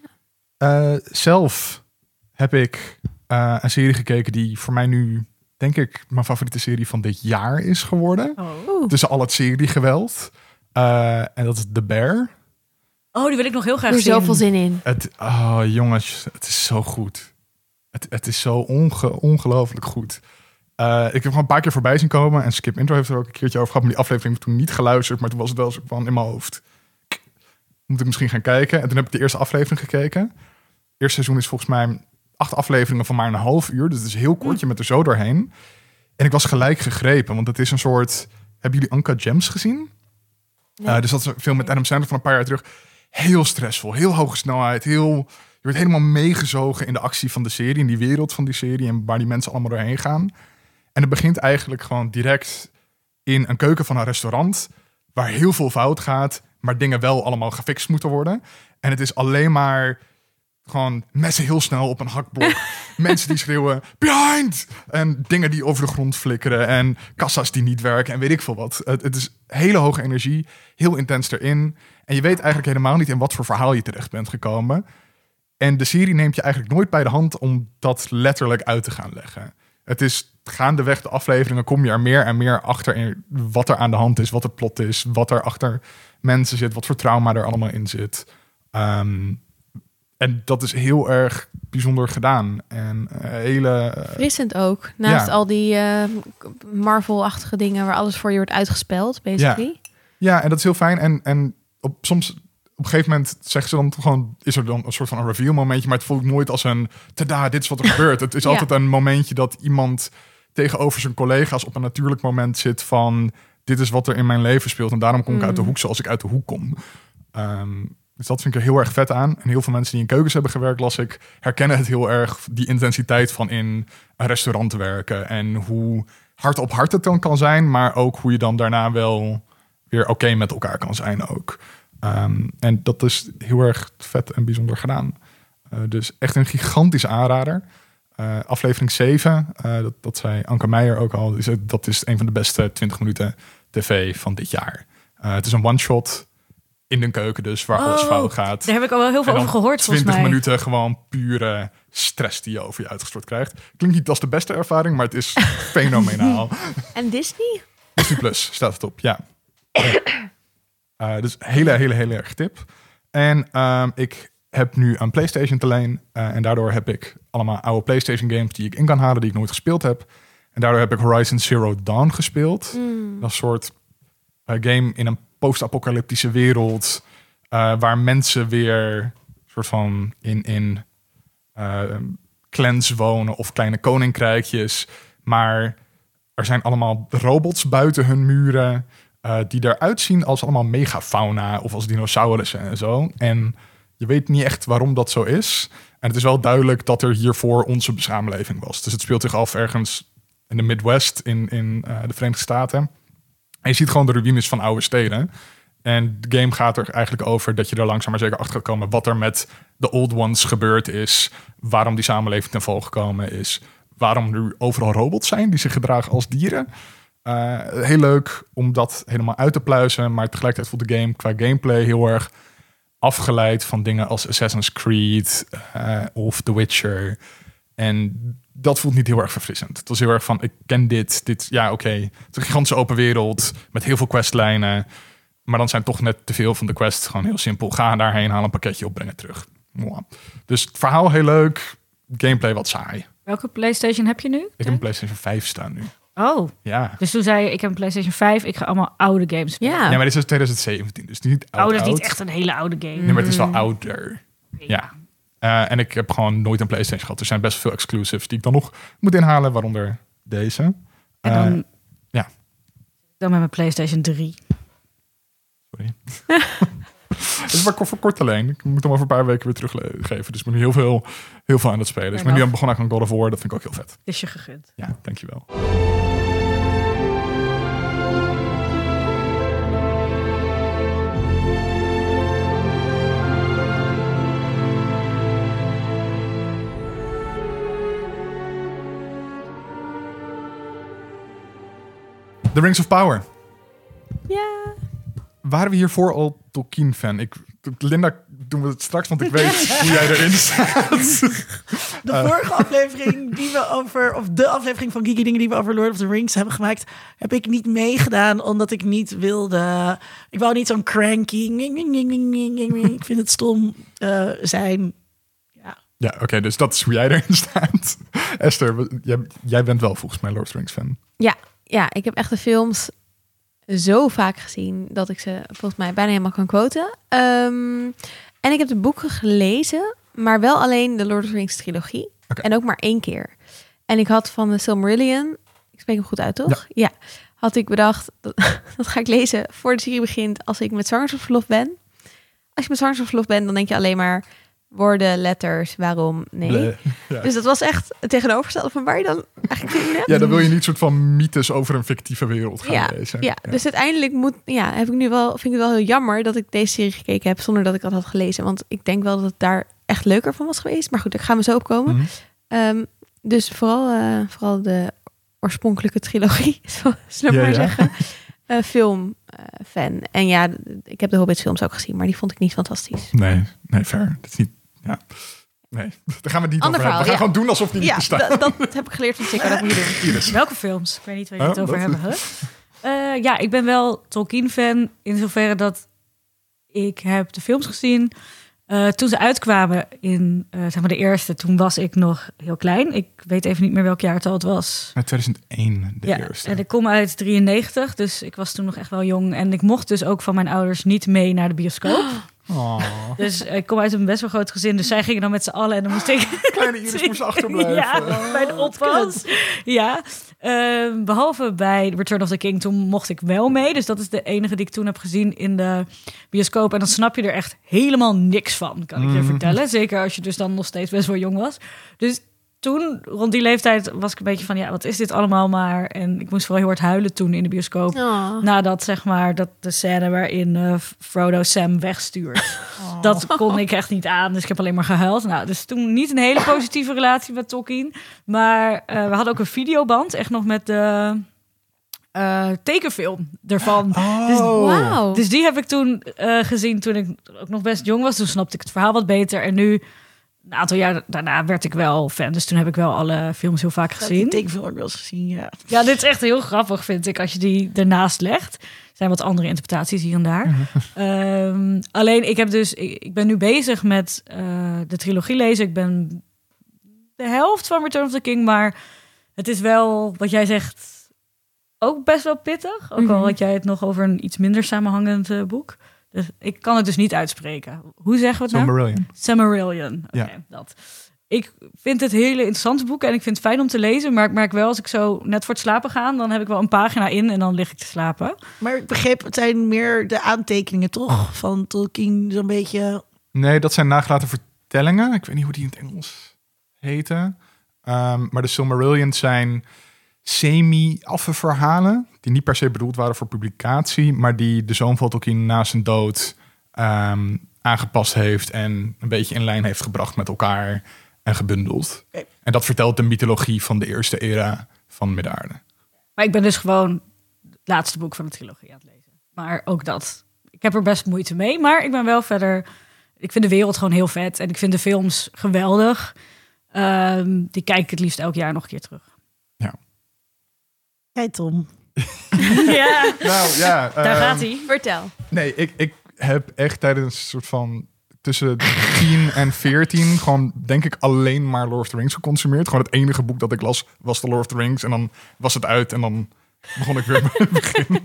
Zelf heb ik een serie gekeken die voor mij nu, denk ik, mijn favoriete serie van dit jaar is geworden. Tussen al het seriegeweld. En dat is The Bear. Oh, die wil ik nog heel graag Er zien. zoveel zin in. Jongens, het is zo goed. Het is zo ongelooflijk goed. Ik heb gewoon een paar keer voorbij zien komen. En Skip Intro heeft er ook een keertje over gehad. Maar die aflevering heb ik toen niet geluisterd. Maar toen was het wel zo van in mijn hoofd. Moet ik misschien gaan kijken. En toen heb ik de eerste aflevering gekeken. Het eerste seizoen is volgens mij 8 afleveringen van maar een half uur. Dus het is heel kort. Je bent er zo doorheen. En ik was gelijk gegrepen. Want het is een soort... Hebben jullie Uncut Gems gezien? Nee. Dus dat is een film met Adam Sandler van een paar jaar terug. Heel stressvol. Heel hoge snelheid. Je wordt helemaal meegezogen in de actie van de serie. In die wereld van die serie. En waar die mensen allemaal doorheen gaan. En het begint eigenlijk gewoon direct in een keuken van een restaurant. Waar heel veel fout gaat. Maar dingen wel allemaal gefixt moeten worden. En het is alleen maar gewoon messen heel snel op een hakblok. Mensen die schreeuwen, behind! En dingen die over de grond flikkeren. En kassa's die niet werken. En weet ik veel wat. Het is hele hoge energie. Heel intens erin. En je weet eigenlijk helemaal niet in wat voor verhaal je terecht bent gekomen. En de serie neemt je eigenlijk nooit bij de hand om dat letterlijk uit te gaan leggen. Het is gaandeweg de afleveringen kom je er meer en meer achter in wat er aan de hand is, wat het plot is, wat er achter mensen zit, wat voor trauma er allemaal in zit. En dat is heel erg bijzonder gedaan. En hele... Frissend ook. Naast ja. al die Marvel-achtige dingen waar alles voor je wordt uitgespeld, basically. Ja, en dat is heel fijn. En soms op een gegeven moment zeggen ze dan gewoon... is er dan een soort van een reveal momentje... maar het voelt nooit als een... tada, dit is wat er gebeurt. Het is altijd een momentje dat iemand tegenover zijn collega's... op een natuurlijk moment zit van... dit is wat er in mijn leven speelt... en daarom kom ik uit de hoek zoals ik uit de hoek kom. Dus dat vind ik er heel erg vet aan. En heel veel mensen die in keukens hebben gewerkt, las ik... herkennen het heel erg, die intensiteit van in een restaurant werken... en hoe hard op hart het dan kan zijn... maar ook hoe je dan daarna wel weer oké met elkaar kan zijn ook. En dat is heel erg vet en bijzonder gedaan. Dus echt een gigantische aanrader. Aflevering 7, dat zei Anke Meijer ook al... dat is een van de beste 20 minuten tv van dit jaar. Het is een one-shot in de keuken dus, waar alles fout gaat. Daar heb ik al wel heel veel over gehoord, 20 minuten gewoon pure stress die je over je uitgestort krijgt. Klinkt niet als de beste ervaring, maar het is fenomenaal. En Disney? Disney Plus staat het op, ja. Dus hele erg tip. En ik heb nu een PlayStation te leen. En daardoor heb ik allemaal oude PlayStation games die ik in kan halen, die ik nooit gespeeld heb. En daardoor heb ik Horizon Zero Dawn gespeeld. Dat is een soort game in een post-apocalyptische wereld... waar mensen weer soort van in clans wonen of kleine koninkrijkjes. Maar er zijn allemaal robots buiten hun muren... die eruit zien als allemaal megafauna of als dinosaurussen en zo. En je weet niet echt waarom dat zo is. En het is wel duidelijk dat er hiervoor onze samenleving was. Dus het speelt zich af ergens in de Midwest in de Verenigde Staten. En je ziet gewoon de ruïnes van oude steden. En de game gaat er eigenlijk over dat je er langzaam maar zeker achter gaat komen... wat er met de old ones gebeurd is. Waarom die samenleving ten val gekomen is. Waarom er overal robots zijn die zich gedragen als dieren. Heel leuk om dat helemaal uit te pluizen. Maar tegelijkertijd voelt de game qua gameplay heel erg afgeleid... van dingen als Assassin's Creed of The Witcher. En dat voelt niet heel erg verfrissend. Het was heel erg van, ik ken dit ja oké. Het is een gigantische open wereld met heel veel questlijnen... Maar dan zijn toch net te veel van de quests gewoon heel simpel. Ga daarheen, haal een pakketje op, breng het terug. Wow. Dus het verhaal heel leuk. Gameplay wat saai. Welke PlayStation heb je nu? Ik heb een PlayStation 5 staan nu. Oh, ja. Dus toen zei je, ik heb een PlayStation 5. Ik ga allemaal oude games spelen. Ja. Ja, maar dit is 2017. Dus niet oud. Dat is niet echt een hele oude game. Nee, maar het is wel ouder. Ja. En ik heb gewoon nooit een PlayStation gehad. Er zijn best veel exclusives die ik dan nog moet inhalen. Waaronder deze. En dan, ja. Dan met mijn PlayStation 3. Sorry. Het is maar voor kort alleen. Ik moet hem over een paar weken weer teruggeven. Dus ik ben nu heel veel aan het spelen. Dus ik ben nu begonnen aan God of War. Dat vind ik ook heel vet. Is je gegund. Ja, dankjewel. The Rings of Power. Ja. Waren we hiervoor al Tolkien-fan? Linda, doen we het straks, want ik weet hoe jij erin staat. De vorige aflevering die we over... of de aflevering van Geeky Dingen die we over Lord of the Rings hebben gemaakt... heb ik niet meegedaan, omdat ik niet wilde... Ik wou niet zo'n cranky... Ik vind het stom zijn. Ja, oké, dus dat is hoe jij erin staat. Esther, jij bent wel volgens mij Lord of the Rings fan. Ja, ik heb echt de films zo vaak gezien dat ik ze volgens mij bijna helemaal kan quoten. En ik heb de boeken gelezen, maar wel alleen de Lord of the Rings trilogie. Okay. En ook maar 1 keer. En ik had van de Silmarillion, ik spreek hem goed uit, toch? Ja. Had ik bedacht, dat ga ik lezen voor de serie begint als ik met zwangerschapsverlof ben. Als je met zwangerschapsverlof bent, dan denk je alleen maar woorden, letters, waarom, nee. Ja. Dus dat was echt het tegenovergestelde van waar je dan eigenlijk in hebt. Ja, dan wil je niet soort van mythes over een fictieve wereld gaan lezen. Ja, dus uiteindelijk vind ik het wel heel jammer dat ik deze serie gekeken heb zonder dat ik dat had gelezen. Want ik denk wel dat het daar echt leuker van was geweest. Maar goed, daar gaan we zo op komen. Mm-hmm. Dus vooral de oorspronkelijke trilogie, zullen we maar zeggen. Filmfan. En ja, ik heb de Hobbit films ook gezien, maar die vond ik niet fantastisch. Nee, fair. Dat is niet... Ja. Nee, daar gaan we het niet over hebben. We gaan gewoon doen alsof die niet bestaan. Dat heb ik geleerd van Sikko, dat moet je doen. Iris. Welke films? Ik weet niet waar je het over hebben. Ja, ik ben wel Tolkien-fan in zoverre dat ik heb de films gezien. Toen ze uitkwamen in zeg maar de eerste, toen was ik nog heel klein. Ik weet even niet meer welk jaartal het was. 2001 de Ja, eerste. en ik kom uit 93, dus ik was toen nog echt wel jong. En ik mocht dus ook van mijn ouders niet mee naar de bioscoop. Oh. Dus ik kom uit een best wel groot gezin. Dus zij gingen dan met z'n allen en dan moest ik... Kleine Iris moest achterblijven. Ja, bij de oppas. Ja, behalve bij Return of the King, toen mocht ik wel mee. Dus dat is de enige die ik toen heb gezien in de bioscoop. En dan snap je er echt helemaal niks van, kan ik je vertellen. Zeker als je dus dan nog steeds best wel jong was. Dus toen, rond die leeftijd, was ik een beetje van... ja, wat is dit allemaal maar? En ik moest vooral heel hard huilen toen in de bioscoop. Oh. Nadat, zeg maar, dat de scène waarin Frodo Sam wegstuurt. Dat kon ik echt niet aan, dus ik heb alleen maar gehuild. Nou, dus toen niet een hele positieve relatie met Tolkien. Maar we hadden ook een videoband, echt nog met de tekenfilm ervan. Wauw. Dus die heb ik toen gezien toen ik ook nog best jong was. Toen snapte ik het verhaal wat beter. En nu, een aantal jaar daarna, werd ik wel fan. Dus toen heb ik wel alle films heel vaak Die gezien. tekenfilm ook wel eens gezien, ja. Ja, dit is echt heel grappig, vind ik, als je die ernaast legt. Er zijn wat andere interpretaties hier en daar. Alleen, ik ben nu bezig met de trilogie lezen. Ik ben de helft van Return of the King, maar het is wel, wat jij zegt, ook best wel pittig. Ook al had jij het nog over een iets minder samenhangend boek. Dus ik kan het dus niet uitspreken. Hoe zeggen we het nou? Silmarillion. Silmarillion. Oké, Ja. dat. Ik vind het hele interessante boek en ik vind het fijn om te lezen. Maar ik merk wel, als ik zo net voor het slapen ga, dan heb ik wel een pagina in en dan lig ik te slapen. Maar ik begreep, het zijn meer de aantekeningen, toch? Van Tolkien, zo'n beetje... Nee, dat zijn nagelaten vertellingen. Ik weet niet hoe die in het Engels heten. Maar de Silmarillion zijn semi-affe verhalen... die niet per se bedoeld waren voor publicatie... maar die de zoon van Tolkien na zijn dood aangepast heeft... en een beetje in lijn heeft gebracht met elkaar en gebundeld. Oké. En dat vertelt de mythologie van de eerste era van Midden-aarde. Maar ik ben dus gewoon het laatste boek van de trilogie aan het lezen. Maar ook dat. Ik heb er best moeite mee, maar ik ben wel verder... Ik vind de wereld gewoon heel vet en ik vind de films geweldig. Die kijk ik het liefst elk jaar nog een keer terug. Jij, Tom. Ja, Nou ja, daar gaat hij. Vertel. Nee, ik heb echt tijdens een soort van tussen 10 en 14 gewoon denk ik alleen maar Lord of the Rings geconsumeerd. Gewoon het enige boek dat ik las was The Lord of the Rings en dan was het uit en dan begon ik weer bij het begin.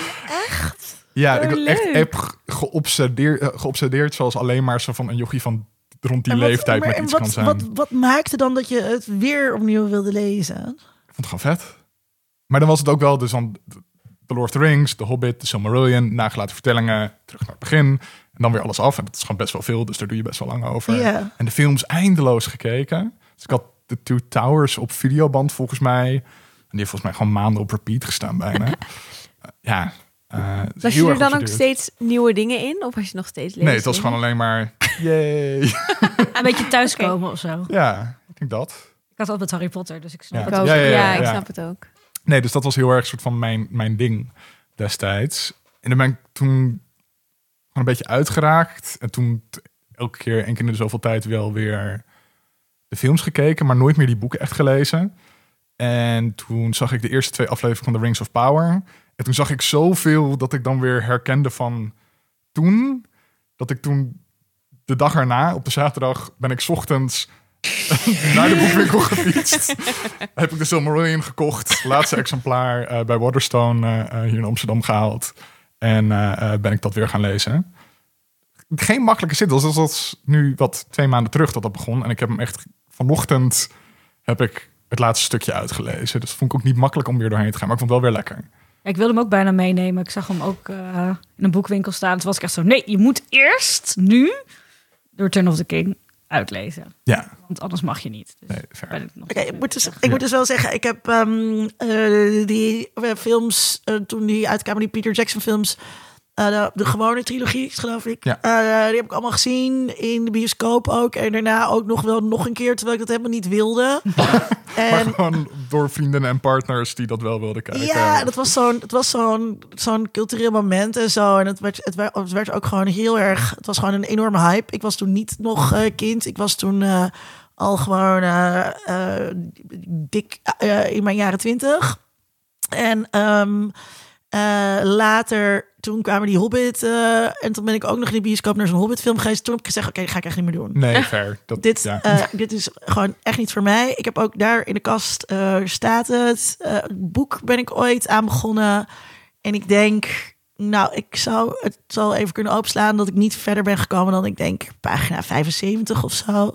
Echt? Ja, Oh, ik leuk. echt heb geobsedeerd zoals alleen maar zo van een jochie van rond die En wat- leeftijd maar met en iets wat, kan zijn. Wat maakte dan dat je het weer opnieuw wilde lezen? Ik vond het gewoon vet. Maar dan was het ook wel dus dan The Lord of the Rings, The Hobbit, The Silmarillion, nagelaten vertellingen, terug naar het begin. En dan weer alles af. En dat is gewoon best wel veel, dus daar doe je best wel lang over. Ja. En de films eindeloos gekeken. Dus ik had The Two Towers op videoband volgens mij. En die heeft volgens mij gewoon maanden op repeat gestaan bijna. Ja. Het is Was heel je er erg dan ook geobsedeerd. steeds nieuwe dingen in? Of was je nog steeds lezen? Nee, het was gewoon alleen maar... Yay. Een beetje thuiskomen of zo. Ja, ik denk dat. Ik had altijd Harry Potter, dus ik snap Ja. Ik het. ook. Ja, Ja, ja, ja, ik ja. snap het ook. Nee, dus dat was heel erg soort van mijn ding destijds. En dan ben ik toen gewoon een beetje uitgeraakt. En toen elke keer, één keer in de zoveel tijd wel weer de films gekeken, maar nooit meer die boeken echt gelezen. En toen zag ik de eerste 2 afleveringen van The Rings of Power. En toen zag ik zoveel dat ik dan weer herkende van toen. Dat ik toen de dag erna, op de zaterdag, ben ik 's ochtends naar de boekwinkel gefietst. Heb ik de Silmarillion gekocht. Laatste exemplaar bij Waterstone hier in Amsterdam gehaald. En ben ik dat weer gaan lezen. Geen makkelijke zit. Dat was nu 2 maanden terug dat begon. En ik heb hem echt vanochtend heb ik het laatste stukje uitgelezen. Dus dat vond ik ook niet makkelijk om weer doorheen te gaan. Maar ik vond het wel weer lekker. Ja, ik wilde hem ook bijna meenemen. Ik zag hem ook in een boekwinkel staan. Toen was ik echt zo, nee, je moet eerst nu The Return of the King uitlezen. Ja, Want anders mag je niet. Dus nee, fair. ben ik nog Oké, ik moet dus wel zeggen, ik heb die films, toen die uitkwamen, die Peter Jackson films, de gewone trilogie, geloof ik. Ja. Die heb ik allemaal gezien in de bioscoop ook. En daarna ook nog een keer, terwijl ik dat helemaal niet wilde. Maar En gewoon door vrienden en partners die dat wel wilden kijken. ja, het was zo'n cultureel moment en zo. En het werd ook gewoon heel erg... Het was gewoon een enorme hype. Ik was toen niet nog kind. Ik was toen al gewoon dik in mijn jaren 20. En later, toen kwamen die Hobbit... en toen ben ik ook nog in de bioscoop naar zo'n Hobbit-film geweest. Toen heb ik gezegd, oké, dat ga ik echt niet meer doen. Nee, fair. Dit is gewoon echt niet voor mij. Ik heb ook daar in de kast, staat het. Het boek ben ik ooit aan begonnen. En ik denk... Nou, het zal even kunnen openslaan dat ik niet verder ben gekomen dan ik denk pagina 75 of zo.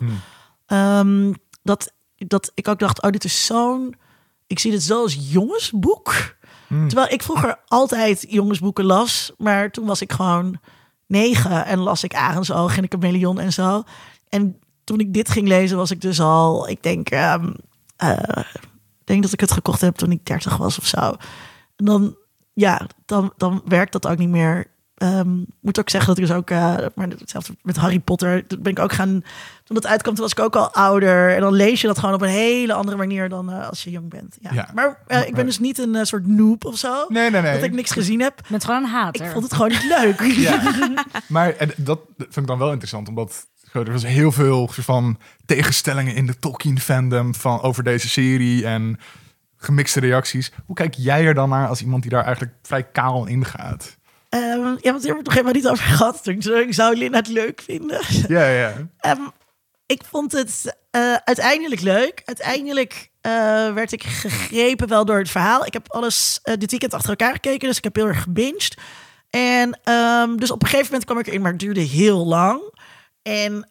Dat ik ook dacht, dit is ik zie dit zo als jongensboek. Terwijl ik vroeger altijd jongensboeken las, maar toen was ik gewoon 9 en las ik Arendsoog en de Chameleon en zo. En toen ik dit ging lezen was ik dus al, ik denk dat ik het gekocht heb toen ik 30 was of zo. En dan werkt dat ook niet meer. Moet ook zeggen dat ik dus ook... maar hetzelfde met Harry Potter. Toen ben ik ook gaan... Toen dat uitkwam, toen was ik ook al ouder. En dan lees je dat gewoon op een hele andere manier dan als je jong bent. Ja. Maar ik ben dus niet een soort noob of zo. Nee. Dat ik niks gezien heb. Met gewoon een hater. Ik vond het gewoon niet leuk. Ja. Maar dat vind ik dan wel interessant, omdat... Er was heel veel van tegenstellingen in de Tolkien-fandom over deze serie en gemixte reacties. Hoe kijk jij er dan naar als iemand die daar eigenlijk vrij kaal in gaat? Want we hebben het nog helemaal niet over gehad. Ik zou Lynn het leuk vinden. Ja. Ik vond het uiteindelijk leuk. Uiteindelijk werd ik gegrepen wel door het verhaal. Ik heb alles dit weekend achter elkaar gekeken, dus ik heb heel erg gebinged. En dus op een gegeven moment kwam ik erin, maar het duurde heel lang. En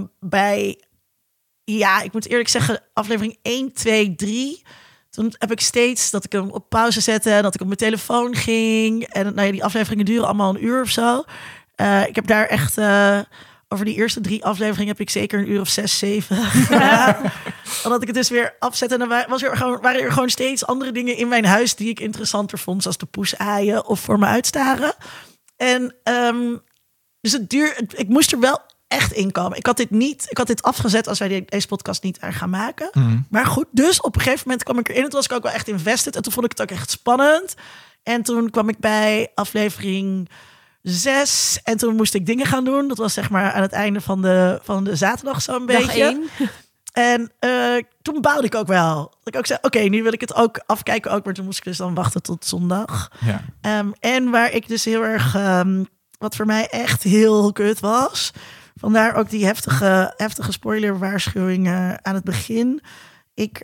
ik moet eerlijk zeggen, aflevering 1, 2, 3... Toen heb ik steeds dat ik hem op pauze zette en dat ik op mijn telefoon ging. En die afleveringen duren allemaal een uur of zo. Ik heb daar echt over die eerste 3 afleveringen heb ik zeker een uur of 6, 7 gedaan. Omdat ik het dus weer afzette. En dan waren er gewoon steeds andere dingen in mijn huis die ik interessanter vond. Zoals de poesaaien of voor me uitstaren. En dus ik moest er wel echt inkomen. Ik had dit afgezet als wij deze podcast niet gaan maken. Maar goed, dus op een gegeven moment kwam ik erin. En toen was ik ook wel echt invested. En toen vond ik het ook echt spannend. En toen kwam ik bij aflevering 6. En toen moest ik dingen gaan doen. Dat was zeg maar aan het einde van de zaterdag zo'n beetje. En toen baalde ik ook wel. Dat ik ook zei, oké, nu wil ik het ook afkijken. Ook, maar toen moest ik dus dan wachten tot zondag. Ja. En waar ik dus heel erg... wat voor mij echt heel kut was... Vandaar ook die heftige spoilerwaarschuwingen aan het begin. Ik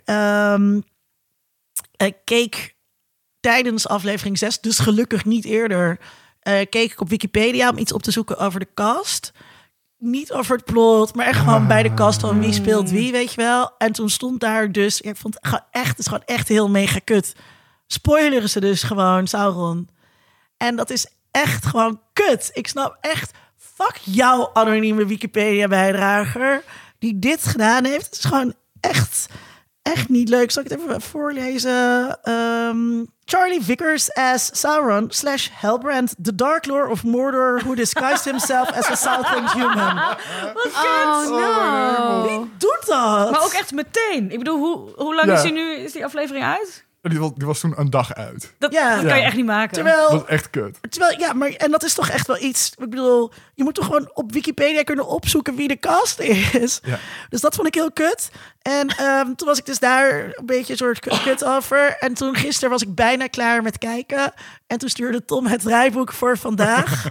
keek tijdens aflevering 6, dus gelukkig niet eerder... keek ik op Wikipedia om iets op te zoeken over de cast. Niet over het plot, maar echt gewoon bij de cast van wie speelt wie, weet je wel. En toen stond daar dus... Ik vond het is gewoon echt heel mega kut. Spoileren ze dus gewoon Sauron. En dat is echt gewoon kut. Ik snap echt... Fuck jouw anonieme Wikipedia-bijdrager die dit gedaan heeft. Het is gewoon echt niet leuk. Zal ik het even voorlezen? Charlie Vickers as Sauron / Halbrand, the Dark Lord of Mordor, who disguised himself as a Southland human. Wat Oh, no. Wie doet dat? Maar ook echt meteen. Ik bedoel, hoe lang is die aflevering uit? Die was toen een dag uit. Dat kan je echt niet maken. Dat was echt kut. En dat is toch echt wel iets... Ik bedoel, je moet toch gewoon op Wikipedia kunnen opzoeken wie de cast is. Ja. Dus dat vond ik heel kut. En toen was ik dus daar een beetje een soort kut over. En toen gisteren was ik bijna klaar met kijken. En toen stuurde Tom het draaiboek voor vandaag.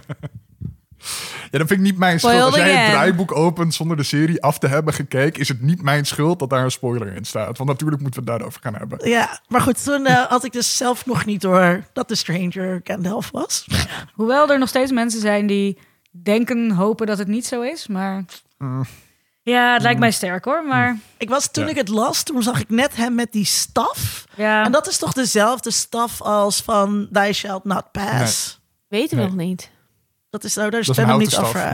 Ja, dat vind ik niet mijn schuld. Als jij het draaiboek opent zonder de serie af te hebben gekeken... is het niet mijn schuld dat daar een spoiler in staat. Want natuurlijk moeten we het daarover gaan hebben. Ja, maar goed, toen had ik dus zelf nog niet door... dat de Stranger Gandalf was. Hoewel er nog steeds mensen zijn die hopen dat het niet zo is. Maar ja, het lijkt mij sterk hoor. Maar Toen ik het las, toen zag ik net hem met die staf. Ja. En dat is toch dezelfde staf als van Thou Shalt Not Pass? Nee. Weten we nog niet. Dat is nou, daar dat is hem niet over.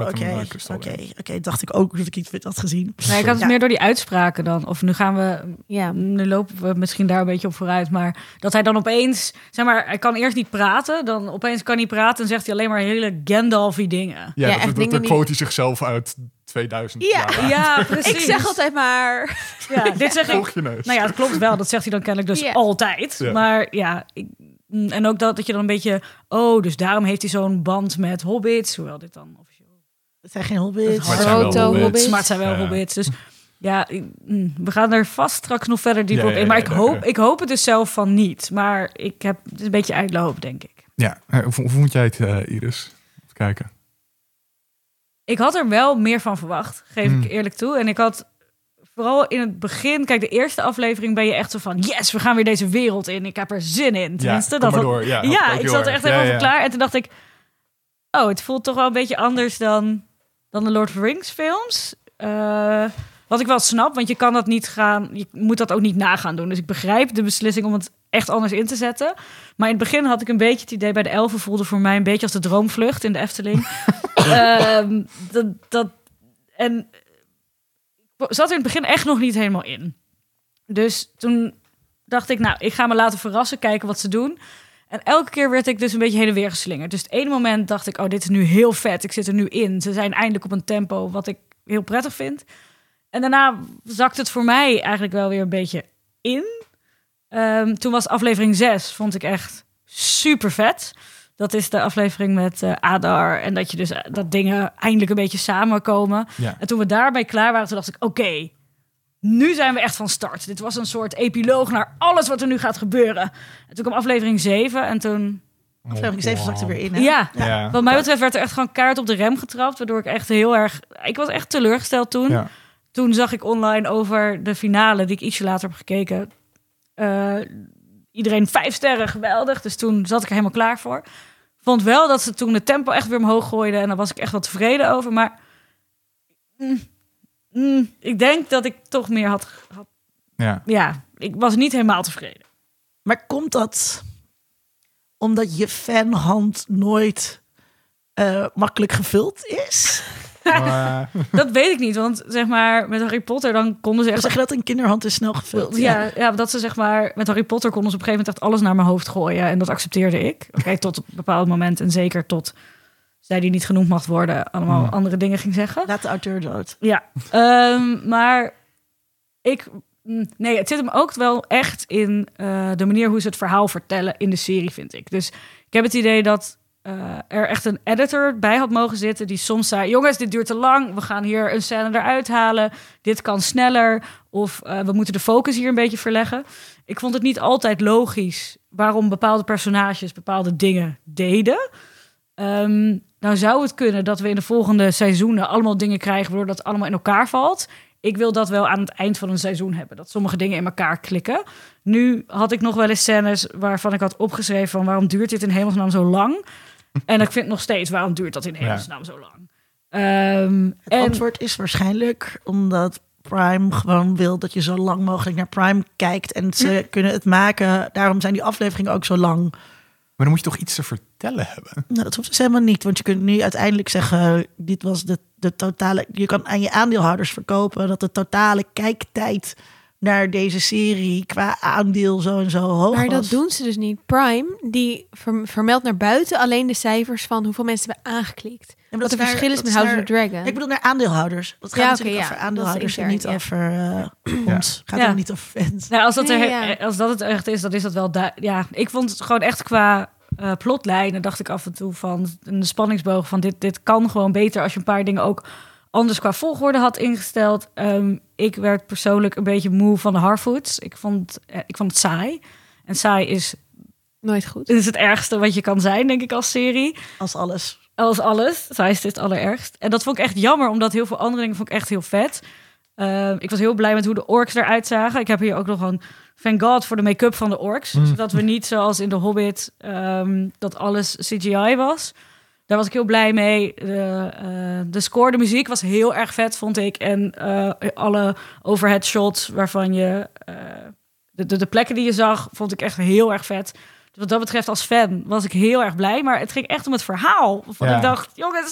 Dacht ik ook dat ik iets had gezien. Nee, ik had het meer door die uitspraken dan. Of nu lopen we misschien daar een beetje op vooruit. Maar dat hij dan opeens, hij kan eerst niet praten. Dan opeens kan hij praten en zegt hij alleen maar hele Gandalf-y dingen. Ja, dat quote hij zichzelf uit 2000. Ja, precies. Ik zeg altijd maar... Ja, dit zeg ik. Nou ja, dat klopt wel. Dat zegt hij dan kennelijk dus altijd. Ja. Maar ja... En ook dat je dan een beetje... dus daarom heeft hij zo'n band met hobbits. Hoewel dit dan officieel... Het zijn geen hobbits. Maar het zijn wel hobbits. Dus ja, we gaan er vast straks nog verder dieper op in. Maar ik hoop het dus zelf van niet. Maar het is een beetje uitloop, denk ik. Ja, hoe vond jij het, Iris? Even kijken. Ik had er wel meer van verwacht, geef ik eerlijk toe. En ik had vooral in het begin... Kijk, de eerste aflevering ben je echt zo van... Yes, we gaan weer deze wereld in. Ik heb er zin in. Tenminste, kom maar door. Ja, ik zat er echt helemaal voor klaar. En toen dacht ik... Oh, het voelt toch wel een beetje anders dan de Lord of the Rings films. Wat ik wel snap, want je kan dat niet gaan... Je moet dat ook niet nagaan doen. Dus ik begrijp de beslissing om het echt anders in te zetten. Maar in het begin had ik een beetje het idee... Bij de elfen voelde voor mij een beetje als de droomvlucht in de Efteling. En ik zat er in het begin echt nog niet helemaal in. Dus toen dacht ik, nou, ik ga me laten verrassen, kijken wat ze doen. En elke keer werd ik dus een beetje heen en weer geslingerd. Dus het ene moment dacht ik, oh, dit is nu heel vet. Ik zit er nu in. Ze zijn eindelijk op een tempo wat ik heel prettig vind. En daarna zakt het voor mij eigenlijk wel weer een beetje in. Toen was aflevering 6, vond ik echt super vet. Dat is de aflevering met Adar. En dat je dus dat dingen eindelijk een beetje samenkomen. Ja. En toen we daarbij klaar waren, toen dacht ik, oké, nu zijn we echt van start. Dit was een soort epiloog naar alles wat er nu gaat gebeuren. En toen kwam aflevering 7 en toen... Aflevering 7 zat er weer in, hè? Ja. Wat mij betreft werd er echt gewoon kaart op de rem getrapt. Waardoor ik echt heel erg... Ik was echt teleurgesteld toen. Ja. Toen zag ik online over de finale, die ik ietsje later heb gekeken. Iedereen 5 sterren, geweldig. Dus toen zat ik er helemaal klaar voor. Vond wel dat ze toen de tempo echt weer omhoog gooiden. En daar was ik echt wel tevreden over. Maar ik denk dat ik toch meer had... Ja, ik was niet helemaal tevreden. Maar komt dat omdat je fanhand nooit makkelijk gevuld is? Dat weet ik niet, want zeg maar met Harry Potter dan konden ze echt... Zeg je dat een kinderhand is snel gevuld? Ja, dat ze zeg maar met Harry Potter konden ze op een gegeven moment echt alles naar mijn hoofd gooien en dat accepteerde ik. Oké, tot een bepaald moment en zeker tot zij die niet genoemd mag worden, allemaal andere dingen ging zeggen. Laat de auteur dood. Ja, maar het zit hem ook wel echt in de manier hoe ze het verhaal vertellen in de serie, vind ik. Dus ik heb het idee dat er echt een editor bij had mogen zitten die soms zei, jongens, dit duurt te lang, we gaan hier een scène eruit halen, dit kan sneller, of we moeten de focus hier een beetje verleggen. Ik vond het niet altijd logisch waarom bepaalde personages bepaalde dingen deden. Nou zou het kunnen dat we in de volgende seizoenen allemaal dingen krijgen waardoor dat allemaal in elkaar valt. Ik wil dat wel aan het eind van een seizoen hebben, dat sommige dingen in elkaar klikken. Nu had ik nog wel eens scènes waarvan ik had opgeschreven van waarom duurt dit in hemelsnaam zo lang? En ik vind nog steeds, waarom duurt dat in hemelsnaam zo lang? Het antwoord is waarschijnlijk omdat Prime gewoon wil dat je zo lang mogelijk naar Prime kijkt. En ze kunnen het maken. Daarom zijn die afleveringen ook zo lang. Maar dan moet je toch iets te vertellen hebben? Nou, dat hoeft dus helemaal niet. Want je kunt nu uiteindelijk zeggen, dit was de totale... Je kan aan je aandeelhouders verkopen dat de totale kijktijd naar deze serie qua aandeel zo en zo hoog maar was. Dat doen ze dus niet. Prime, die vermeldt naar buiten alleen de cijfers van hoeveel mensen hebben aangeklikt. En wat de verschil is met House of the Dragon. Ik bedoel naar aandeelhouders. Dat gaat natuurlijk over aandeelhouders en niet over ons. Gaat ook niet over fans. Nou, als dat het echt is, dan is dat wel... ik vond het gewoon echt qua plotlijnen, dacht ik af en toe van de spanningsboog van dit kan gewoon beter als je een paar dingen ook anders qua volgorde had ingesteld. Ik werd persoonlijk een beetje moe van de Harfoots. Ik vond het saai. En saai is nooit goed. Is het ergste wat je kan zijn, denk ik, als serie. Als alles. Saai is dit allerergst. En dat vond ik echt jammer, omdat heel veel andere dingen vond ik echt heel vet. Ik was heel blij met hoe de orks eruit zagen. Ik heb hier ook nog een thank God voor de make-up van de orks. Zodat we niet zoals in The Hobbit dat alles CGI was. Daar was ik heel blij mee. De score, de muziek was heel erg vet, vond ik. En alle overhead shots waarvan je... de plekken die je zag, vond ik echt heel erg vet. Dus wat dat betreft, als fan was ik heel erg blij. Maar het ging echt om het verhaal. Ik dacht, jongens...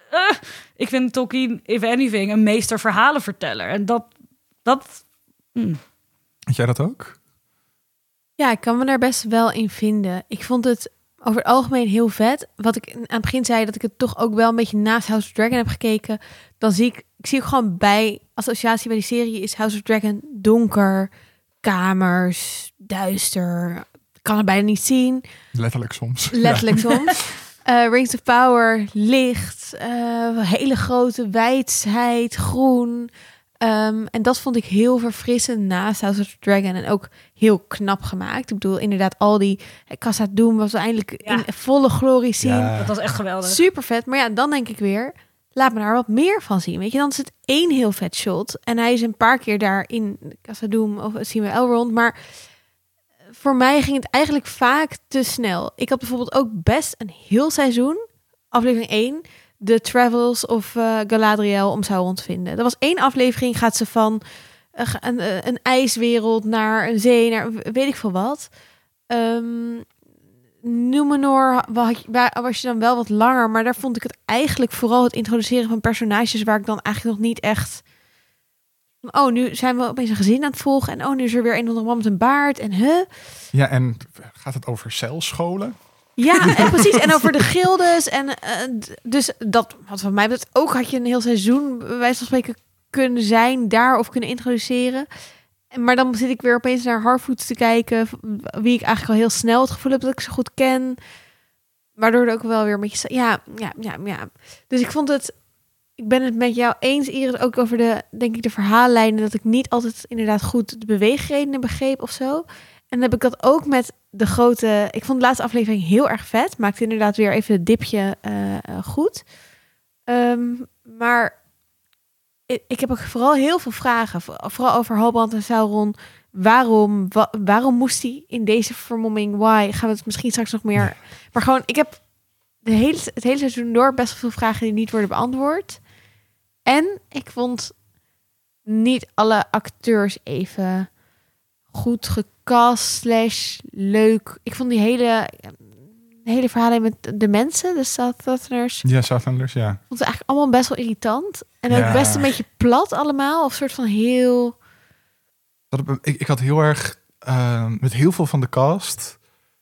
ik vind Tolkien, if anything, een meester verhalenverteller. En dat Had jij dat ook? Ja, ik kan me daar best wel in vinden. Ik vond het over het algemeen heel vet. Wat ik aan het begin zei, dat ik het toch ook wel een beetje naast House of Dragon heb gekeken. Dan zie ik ook gewoon bij associatie bij die serie is House of Dragon donker, kamers, duister. Ik kan het bijna niet zien. Letterlijk soms. Soms. Rings of Power, licht, hele grote wijdheid, groen. En dat vond ik heel verfrissend naast House of the Dragon. En ook heel knap gemaakt. Ik bedoel, inderdaad, al die Casa Doom was eindelijk in volle glorie zien. Ja. Dat was echt geweldig. Super vet. Maar ja, dan denk ik weer, laat me daar wat meer van zien. Weet je, dan is het 1 heel vet shot. En hij is een paar keer daar in Casa Doom of zien we Elrond. Maar voor mij ging het eigenlijk vaak te snel. Ik had bijvoorbeeld ook best een heel seizoen, aflevering 1... The Travels of Galadriel om Sauron te vinden. Dat was 1 aflevering, gaat ze van een ijswereld naar een zee, naar weet ik veel wat. Numenor was je dan wel wat langer, maar daar vond ik het eigenlijk vooral het introduceren van personages waar ik dan eigenlijk nog niet echt... nu zijn we opeens een gezin aan het volgen en nu is er weer een of andere man met een baard en Ja, en gaat het over celscholen? Ja, en precies. En over de gildes. En dus dat, wat van mij betreft, ook had je een heel seizoen, bij wijze van spreken, kunnen zijn daar of kunnen introduceren. Maar dan zit ik weer opeens naar Harfoots te kijken, wie ik eigenlijk al heel snel het gevoel heb dat ik ze goed ken. Waardoor het ook wel weer een beetje... Ja. Dus ik ben het met jou eens, Iris, ook over de verhaallijnen, dat ik niet altijd inderdaad goed de beweegredenen begreep of zo. En dan heb ik dat ook met de grote... Ik vond de laatste aflevering heel erg vet. Maakte inderdaad weer even het dipje goed. Maar ik heb ook vooral heel veel vragen. Vooral over Halbrand en Sauron. Waarom moest hij in deze vermomming? Why? Gaan we het misschien straks nog meer... Maar gewoon, ik heb het hele seizoen door best wel veel vragen die niet worden beantwoord. En ik vond niet alle acteurs even goed gecast / leuk. Ik vond die hele verhalen met de mensen, de Southerners. Ja, Southerners, ja. Vond het eigenlijk allemaal best wel irritant. En ook best een beetje plat allemaal. Of soort van heel... Ik had heel erg... met heel veel van de cast...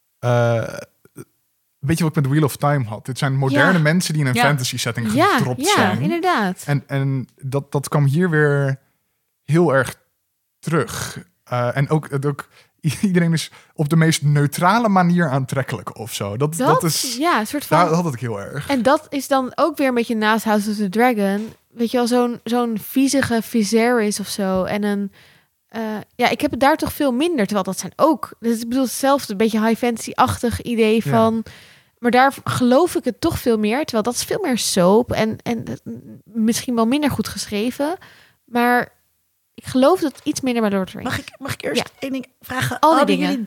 weet je wat ik met Wheel of Time had? Dit zijn moderne mensen die in een fantasy setting gedropt zijn. Ja, inderdaad. En dat kwam hier weer heel erg terug. En ook iedereen is op de meest neutrale manier aantrekkelijk of zo. Dat is... Ja, een soort van... Dat had ik heel erg. En dat is dan ook weer een beetje naast House of the Dragon. Weet je wel, zo'n viezige Viserys of zo. En een... ik heb het daar toch veel minder. Terwijl dat zijn ook... Dus ik bedoel, hetzelfde, een beetje high fantasy-achtig idee van... Ja. Maar daar geloof ik het toch veel meer. Terwijl dat is veel meer soap. En misschien wel minder goed geschreven. Maar... Ik geloof dat iets minder bij Lord of the Rings. Mag ik eerst één ding vragen? Hadden jullie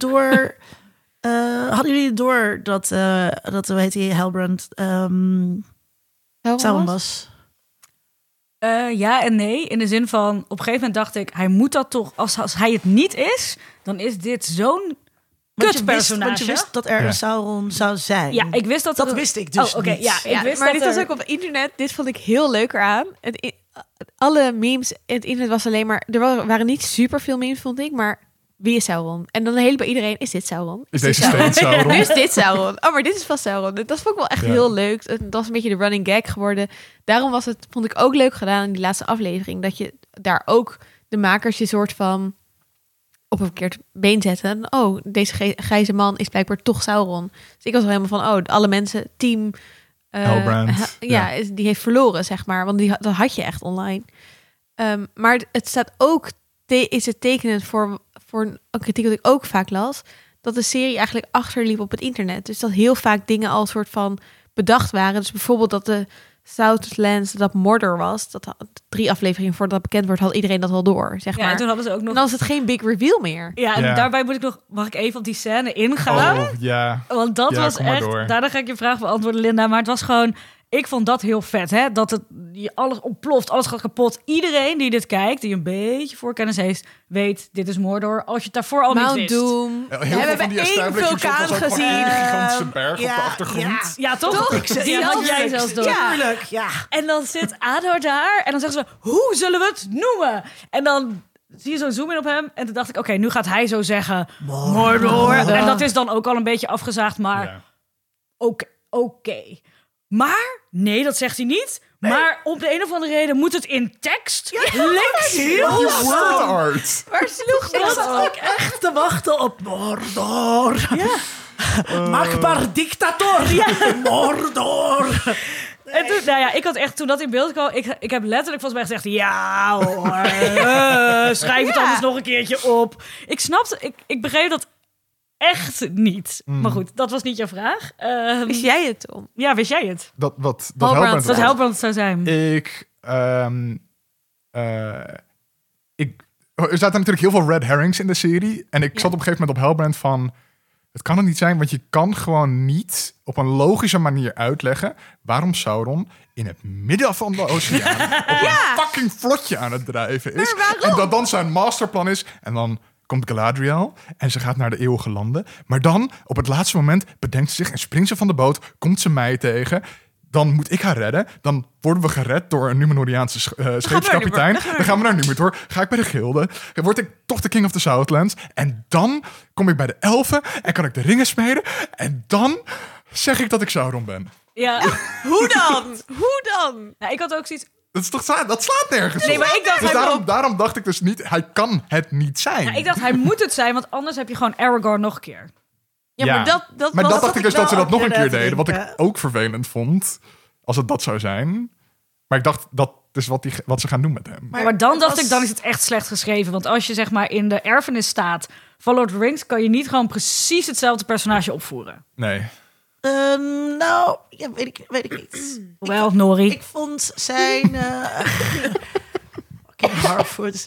door dat hoe heet die, Halbrand Sauron was? Ja en nee. In de zin van, op een gegeven moment dacht ik, hij moet dat toch, als hij het niet is, dan is dit zo'n kutpersonage. Want je wist dat er een Sauron zou zijn. Ja, ik wist dat wist ik dus niet. Ja, ik wist maar dat dit was ook op internet. Dit vond ik heel leuk eraan. Alle memes, het internet was alleen maar... Er waren niet super veel memes, vond ik, maar wie is Sauron? En dan bij iedereen, is dit Sauron? Is deze steeds Sauron? Nu is dit Sauron. Oh, maar dit is van Sauron. Dat vond ik wel echt heel leuk. Dat was een beetje de running gag geworden. Daarom vond ik ook leuk gedaan in die laatste aflevering. Dat je daar ook de makers je soort van op een verkeerd been zetten. Oh, deze grijze man is blijkbaar toch Sauron. Dus ik was al helemaal van, alle mensen, team... Halbrand. Die heeft verloren, zeg maar. Want dat had je echt online. Maar het staat ook... is het tekenend voor een kritiek dat ik ook vaak las... dat de serie eigenlijk achterliep op het internet. Dus dat heel vaak dingen al soort van bedacht waren. Dus bijvoorbeeld dat de Southlands, dat Mordor was... dat 3 afleveringen voordat dat bekend wordt... had iedereen dat al door, zeg maar. En toen hadden ze ook nog... En dan is het geen big reveal meer. Ja, en daarbij mag ik even op die scène ingaan? Oh, ja. Want dat was echt... Daarna ga ik je vraag beantwoorden, Linda. Maar het was gewoon... Ik vond dat heel vet, hè? Dat alles ontploft, alles gaat kapot. Iedereen die dit kijkt, die een beetje voorkennis heeft, weet, dit is Mordor. Als je het daarvoor al niet wist. Doom. Heel veel van die establishing shots was ook gezien. Een gigantische berg op de achtergrond. Ja, toch? Die had jij zelfs door. Tuurlijk, ja. En dan zit Ador daar en dan zeggen ze, hoe zullen we het noemen? En dan zie je zo'n zoom in op hem. En toen dacht ik, oké, nu gaat hij zo zeggen, Mordor. En dat is dan ook al een beetje afgezaagd, maar oké. Maar, nee, dat zegt hij niet. Nee. Maar op de een of andere reden moet het in tekst. Links. Heel word art. Waar sloeg ik zat ook echt te wachten op Mordor. Ja. Maakbaar dictator. Ja. Mordor. En toen, nou ja, ik had echt, toen dat in beeld kwam, ik heb letterlijk volgens mij gezegd, ja hoor, schrijf het anders nog een keertje op. Ik snapte, ik begreep dat echt niet. Maar goed, dat was niet jouw vraag. Wist jij het, Tom? Ja, wist jij het? Dat Halbrand. Hellbrand Dat was. Hellbrand zou zijn. Er zaten natuurlijk heel veel red herrings in de serie. En ik zat op een gegeven moment op Hellbrand van... Het kan het niet zijn, want je kan gewoon niet op een logische manier uitleggen... waarom Sauron in het midden van de oceaan op een fucking vlotje aan het drijven is. En dat dan zijn masterplan is. En dan komt Galadriel en ze gaat naar de eeuwige landen. Maar dan, op het laatste moment, bedenkt ze zich en springt ze van de boot. Komt ze mij tegen... Dan moet ik haar redden. Dan worden we gered door een Númenóriaanse scheepskapitein. Dan gaan we naar Númenor. Ga ik bij de gilde. Dan word ik toch de King of the Southlands. En dan kom ik bij de elfen. En kan ik de ringen smeden. En dan zeg ik dat ik Sauron ben. Ja. Hoe dan? Hoe dan? Nou, ik had ook zoiets... Dat is toch dat slaat nergens Nee, op. maar ik dacht... Dus daarom dacht ik dus niet... Hij kan het niet zijn. Ja, ik dacht, hij moet het zijn, want anders heb je gewoon Aragorn nog een keer. Ja, maar dat Maar was... dat dacht ik dus dat ze dat nog een keer inderdaad deden. Wat ik denken. ook vervelend vond. Als het dat zou zijn. Maar ik dacht, dat is wat ze gaan doen met hem. Maar dan het dacht was- ik, dan is het echt slecht geschreven. Want als je zeg maar in de erfenis staat van Lord of the Rings... kan je niet gewoon precies hetzelfde personage opvoeren. Nee. Nou, ja, weet ik niet. Hoewel, Nori. Ik vond zijn... Fucking Harfoot.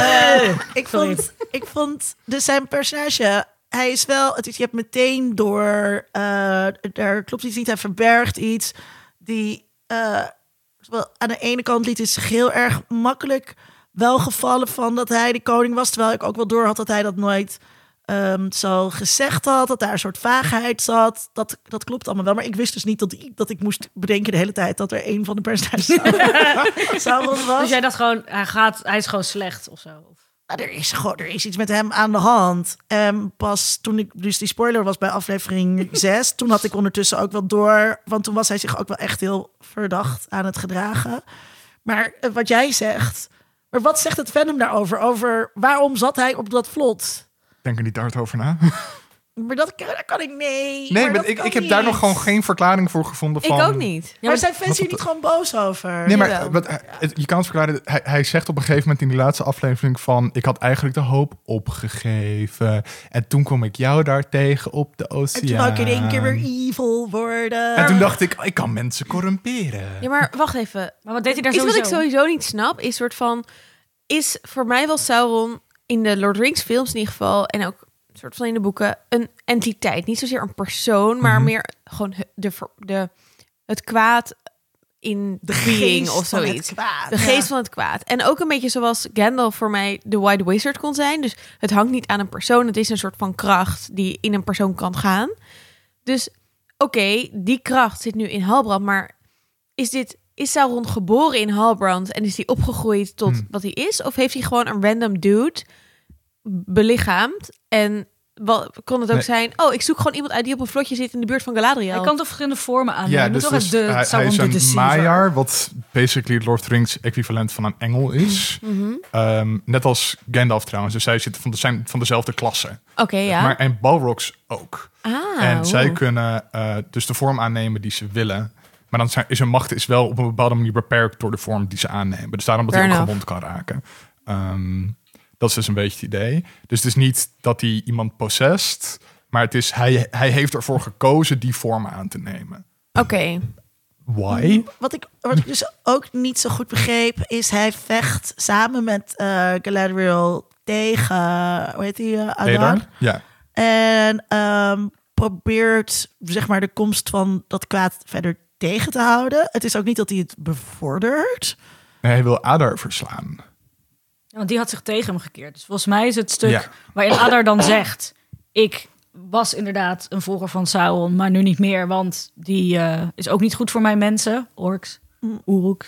Ik vond dus zijn personage... Hij is wel... Je hebt meteen door... daar klopt iets niet. Hij verbergt iets. Die... wel, aan de ene kant liet hij zich heel erg makkelijk wel gevallen van dat hij de koning was. Terwijl ik ook wel door had dat hij dat nooit zo gezegd had. Dat daar een soort vaagheid zat. Dat klopt allemaal wel. Maar ik wist dus niet dat ik moest bedenken de hele tijd dat er een van de personages Sauron was. Dus jij dacht gewoon, hij is gewoon slecht of zo? Nou, er is iets met hem aan de hand. Pas toen ik dus die spoiler was bij aflevering 6... toen had ik ondertussen ook wel door... want toen was hij zich ook wel echt heel verdacht aan het gedragen. Maar wat jij zegt... maar wat zegt het fandom daarover? Over waarom zat hij op dat vlot? Denk er niet hard over na. Maar dat kan ik... Nee, Nee, maar maar dat kan ik heb daar niet. nog gewoon geen verklaring voor gevonden. Van... Ik ook niet. Maar zijn fans hier niet gewoon boos over? Nee, maar Jawel. je kan het verklaren. Hij zegt op een gegeven moment in die laatste aflevering van... ik had eigenlijk de hoop opgegeven. En toen kwam ik jou daar tegen op de oceaan. En toen wou ik in één keer weer evil worden. En toen dacht ik kan mensen corrumperen. Ja, maar wacht even. Maar wat deed hij daar Iets wat sowieso? ik sowieso niet snap, is soort van... is voor mij wel Sauron in de Lord of the Rings films in ieder geval... en ook soort van in de boeken, een entiteit. Niet zozeer een persoon, maar meer gewoon het kwaad in de being of zoiets. De geest van het kwaad. En ook een beetje zoals Gandalf voor mij de White Wizard kon zijn. Dus het hangt niet aan een persoon. Het is een soort van kracht die in een persoon kan gaan. Dus oké, die kracht zit nu in Halbrand. Maar is Sauron geboren in Halbrand en is hij opgegroeid tot wat hij is? Of heeft hij gewoon een random dude belichaamd en kon het ook zijn... oh, ik zoek gewoon iemand uit die op een vlotje zit in de buurt van Galadriel. Hij kan toch verschillende vormen aan. Ja, Je moet dus, toch dus echt hij Sauron is de een Deceiver. Maiar, wat basically het Lord of the Rings equivalent van een engel is. Net als Gandalf trouwens. Dus zij zitten van dezelfde klasse. Oké, ja. Maar, en Balrogs ook. En zij oeh. kunnen dus de vorm aannemen die ze willen. Maar dan is hun macht wel op een bepaalde manier beperkt door de vorm die ze aannemen. Dus daarom dat hij ook Fair gewond kan raken. Dat is dus een beetje het idee. Dus het is niet dat hij iemand possessed, maar het is hij heeft ervoor gekozen die vorm aan te nemen. Oké. Why? Wat ik dus ook niet zo goed begreep, is hij vecht samen met Galadriel tegen, hoe heet die, Adar? Edar? Ja. En probeert, zeg maar, de komst van dat kwaad verder tegen te houden. Het is ook niet dat hij het bevordert. Nee, hij wil Adar verslaan. Ja, want die had zich tegen hem gekeerd. Dus volgens mij is het stuk Ja. waarin Adar dan zegt... ik was inderdaad een volger van Sauron, maar nu niet meer... want die is ook niet goed voor mijn mensen, orks, Uruk.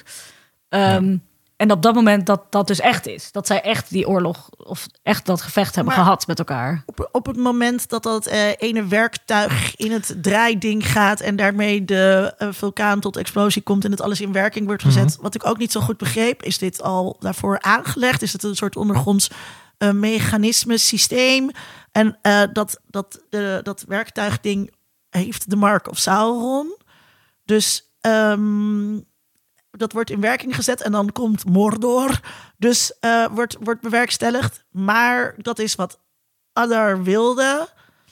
En op dat moment dat dus echt is. Dat zij echt die oorlog of echt dat gevecht hebben Maar- gehad met elkaar. Op het moment dat dat ene werktuig in het draaiding gaat... en daarmee de vulkaan tot explosie komt... en het alles in werking wordt gezet... wat ik ook niet zo goed begreep... is dit al daarvoor aangelegd? Is het een soort ondergronds mechanisme, systeem? En dat werktuigding heeft de mark of Sauron. Dus dat wordt in werking gezet en dan komt Mordor. Dus wordt bewerkstelligd. Maar dat is wat Adar wilde.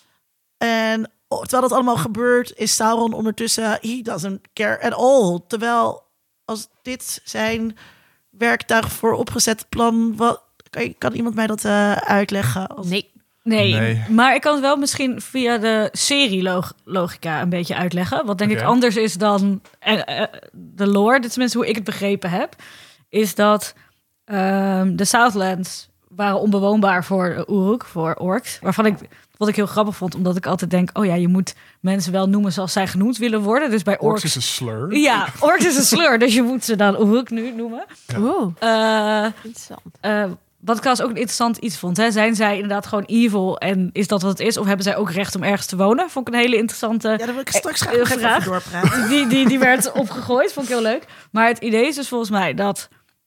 En terwijl dat allemaal gebeurt, is Sauron ondertussen... He doesn't care at all. Terwijl als dit zijn werktuig voor opgezet plan... Kan iemand mij dat uitleggen? Nee, maar ik kan het wel misschien via de serielogica een beetje uitleggen. Wat denk ik anders is dan de lore. Dit is tenminste hoe ik het begrepen heb. Is dat de Southlands waren onbewoonbaar voor Uruk, voor orks. Wat ik heel grappig vond, omdat ik altijd denk... oh ja, je moet mensen wel noemen zoals zij genoemd willen worden. Dus bij orks is een slur. Ja, orks is een slur. Dus je moet ze dan Uruk nu noemen. Ja. Interessant. Wat ik trouwens ook een interessant iets vond. Hè? Zijn zij inderdaad gewoon evil en is dat wat het is? Of hebben zij ook recht om ergens te wonen? Vond ik een hele interessante Ja, daar wil ik straks graag nog even over doorpraten. Die werd opgegooid, vond ik heel leuk. Maar het idee is dus volgens mij dat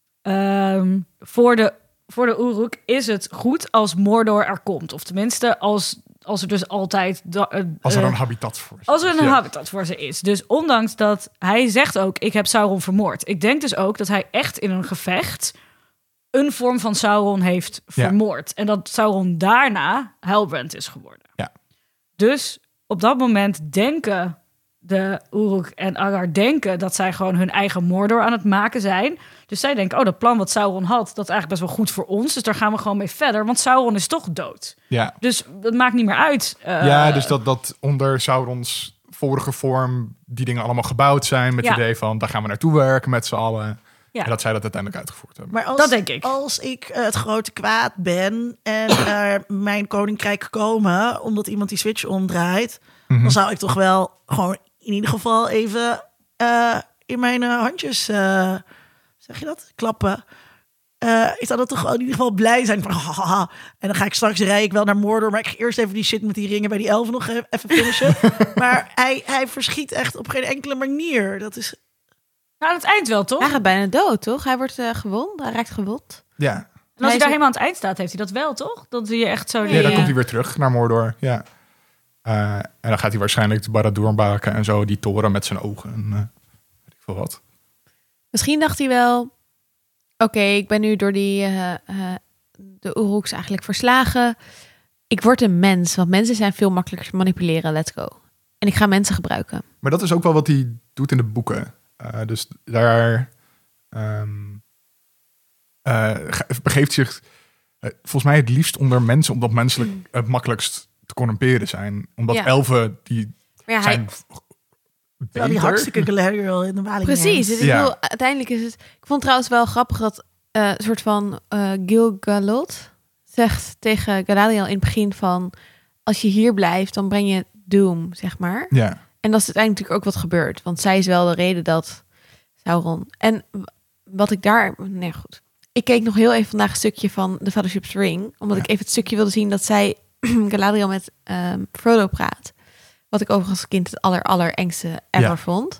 voor de Uruk is het goed als Mordor er komt. Of tenminste als er dus altijd... als er een habitat voor is. Als er een habitat voor ze is. Dus ondanks dat hij zegt ook, ik heb Sauron vermoord. Ik denk dus ook dat hij echt in een gevecht... een vorm van Sauron heeft vermoord. En dat Sauron daarna Halbrand is geworden. Ja. Dus op dat moment denken de Uruk en Agar dat zij gewoon hun eigen Mordor aan het maken zijn. Dus zij denken, dat plan wat Sauron had, dat is eigenlijk best wel goed voor ons. Dus daar gaan we gewoon mee verder, want Sauron is toch dood. Ja. Dus dat maakt niet meer uit. Dus dat onder Saurons vorige vorm die dingen allemaal gebouwd zijn met het idee van, daar gaan we naartoe werken met z'n allen. Ja. En dat zij dat uiteindelijk uitgevoerd hebben. Maar dat denk ik. Als ik het grote kwaad ben en mijn koninkrijk komen... omdat iemand die switch omdraait... dan zou ik toch wel gewoon in ieder geval even in mijn handjes... zeg je dat? Klappen. Ik zou dat toch in ieder geval blij zijn. Van, en dan ga ik straks rij ik wel naar Mordor... maar ik ga eerst even die shit met die ringen bij die elfen nog even finishen. Maar hij verschiet echt op geen enkele manier. Dat is... Nou, aan het eind wel, toch? Hij gaat bijna dood, toch? Hij wordt gewond. Hij raakt gewond. Ja. En als hij daar helemaal aan het eind staat, heeft hij dat wel, toch? Dat zie je echt zo... Ja, dan komt hij weer terug naar Mordor. Ja. En dan gaat hij waarschijnlijk de Barad-dûr maken en zo die toren met zijn ogen. En weet ik veel wat. Misschien dacht hij wel... Oké, ik ben nu door de Uruks eigenlijk verslagen. Ik word een mens, want mensen zijn veel makkelijker te manipuleren. Let's go. En ik ga mensen gebruiken. Maar dat is ook wel wat hij doet in de boeken. Dus daar begeeft zich volgens mij het liefst onder mensen, omdat menselijk het makkelijkst te corrumperen zijn. Omdat elfen die zijn beter. Die hartstikke Galadriel in de Waling. Precies. Dus uiteindelijk is het... Ik vond trouwens wel grappig dat een soort van Gil-galad zegt tegen Galadriel in het begin van... als je hier blijft, dan breng je doom, zeg maar. Ja. En dat is uiteindelijk natuurlijk ook wat gebeurt. Want zij is wel de reden dat Sauron... En wat ik daar... Nee, goed. Ik keek nog heel even vandaag een stukje van The Fellowship's Ring. Omdat ik even het stukje wilde zien dat zij Galadriel met Frodo praat. Wat ik overigens als kind het allerengste ever vond.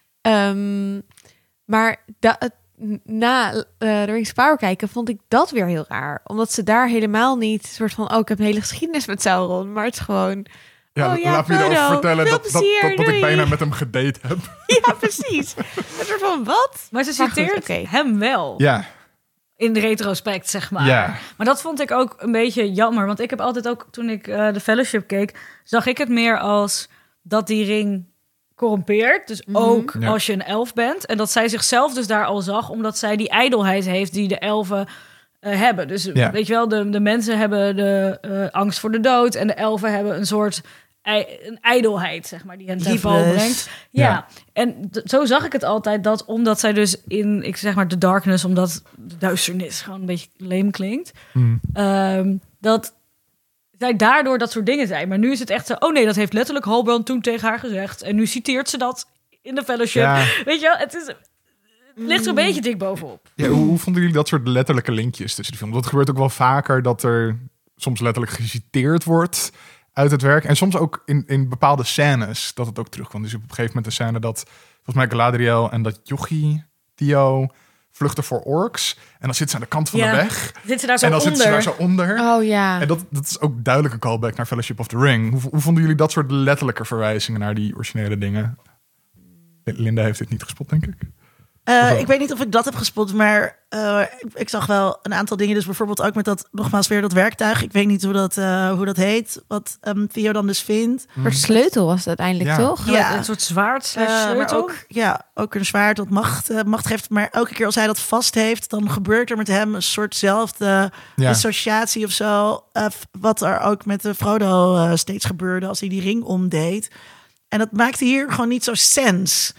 Maar na The Rings of Power kijken vond ik dat weer heel raar. Omdat ze daar helemaal niet soort van... ik heb een hele geschiedenis met Sauron. Maar het is gewoon... Ja, laat me erover vertellen dat ik bijna met hem gedate heb. Ja, precies. Een soort van wat? Maar ze citeert hem wel. Ja. In de retrospect, zeg maar. Ja. Maar dat vond ik ook een beetje jammer. Want ik heb altijd ook, toen ik de Fellowship keek... zag ik het meer als dat die ring corrompeert. Dus ook als je een elf bent. En dat zij zichzelf dus daar al zag... omdat zij die ijdelheid heeft die de elfen... hebben. Dus weet je wel, de mensen hebben de angst voor de dood... en de elfen hebben een soort een ijdelheid, zeg maar, die hen ten val brengt. Ja. En zo zag ik het altijd, dat omdat zij dus in, ik zeg maar, de darkness... omdat de duisternis gewoon een beetje leem klinkt... dat zij daardoor dat soort dingen zijn. Maar nu is het echt zo... dat heeft letterlijk Halbrand toen tegen haar gezegd... en nu citeert ze dat in de Fellowship. Ja. Weet je wel, het ligt er een beetje dik bovenop. Ja, hoe vonden jullie dat soort letterlijke linkjes tussen die films? Dat gebeurt ook wel vaker, dat er soms letterlijk geciteerd wordt uit het werk. En soms ook in bepaalde scènes dat het ook terugkomt. Dus op een gegeven moment een scène dat volgens mij Galadriel en dat jochie, Theo, vluchten voor orks. En dan zit ze aan de kant van de weg. Zit ze daar zo en dan onder. zit ze daar zo onder. Oh ja. En dat is ook duidelijk een callback naar Fellowship of the Ring. Hoe vonden jullie dat soort letterlijke verwijzingen naar die originele dingen? Linda heeft dit niet gespot, denk ik. Ik weet niet of ik dat heb gespot, maar ik zag wel een aantal dingen. Dus bijvoorbeeld ook met dat, nogmaals weer dat werktuig. Ik weet niet hoe dat heet, wat Theo dan dus vindt. Een soort sleutel was het uiteindelijk, toch? Ja. Een soort zwaard Maar sleutel. ook een zwaard dat macht geeft. Maar elke keer als hij dat vast heeft, dan gebeurt er met hem een soortzelfde dissociatie of zo. Wat er ook met de Frodo steeds gebeurde als hij die ring omdeed. En dat maakte hier gewoon niet zo sens.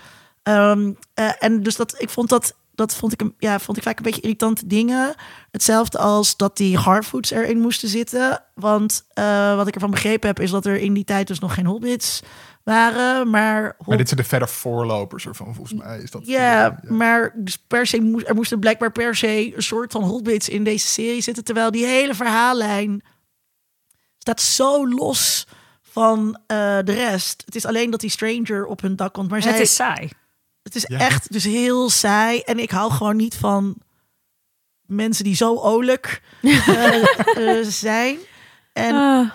En dus ik vond ik vaak een beetje irritante dingen. Hetzelfde als dat die Harfoots erin moesten zitten. Want wat ik ervan begrepen heb, is dat er in die tijd dus nog geen hobbits waren. Maar dit zijn de verre voorlopers ervan, volgens mij. Is dat maar dus er moesten blijkbaar per se een soort van hobbits in deze serie zitten. Terwijl die hele verhaallijn staat zo los van de rest. Het is alleen dat die stranger op hun dak komt. Maar het is saai. Het is echt dus heel saai. En ik hou gewoon niet van mensen die zo olijk zijn. En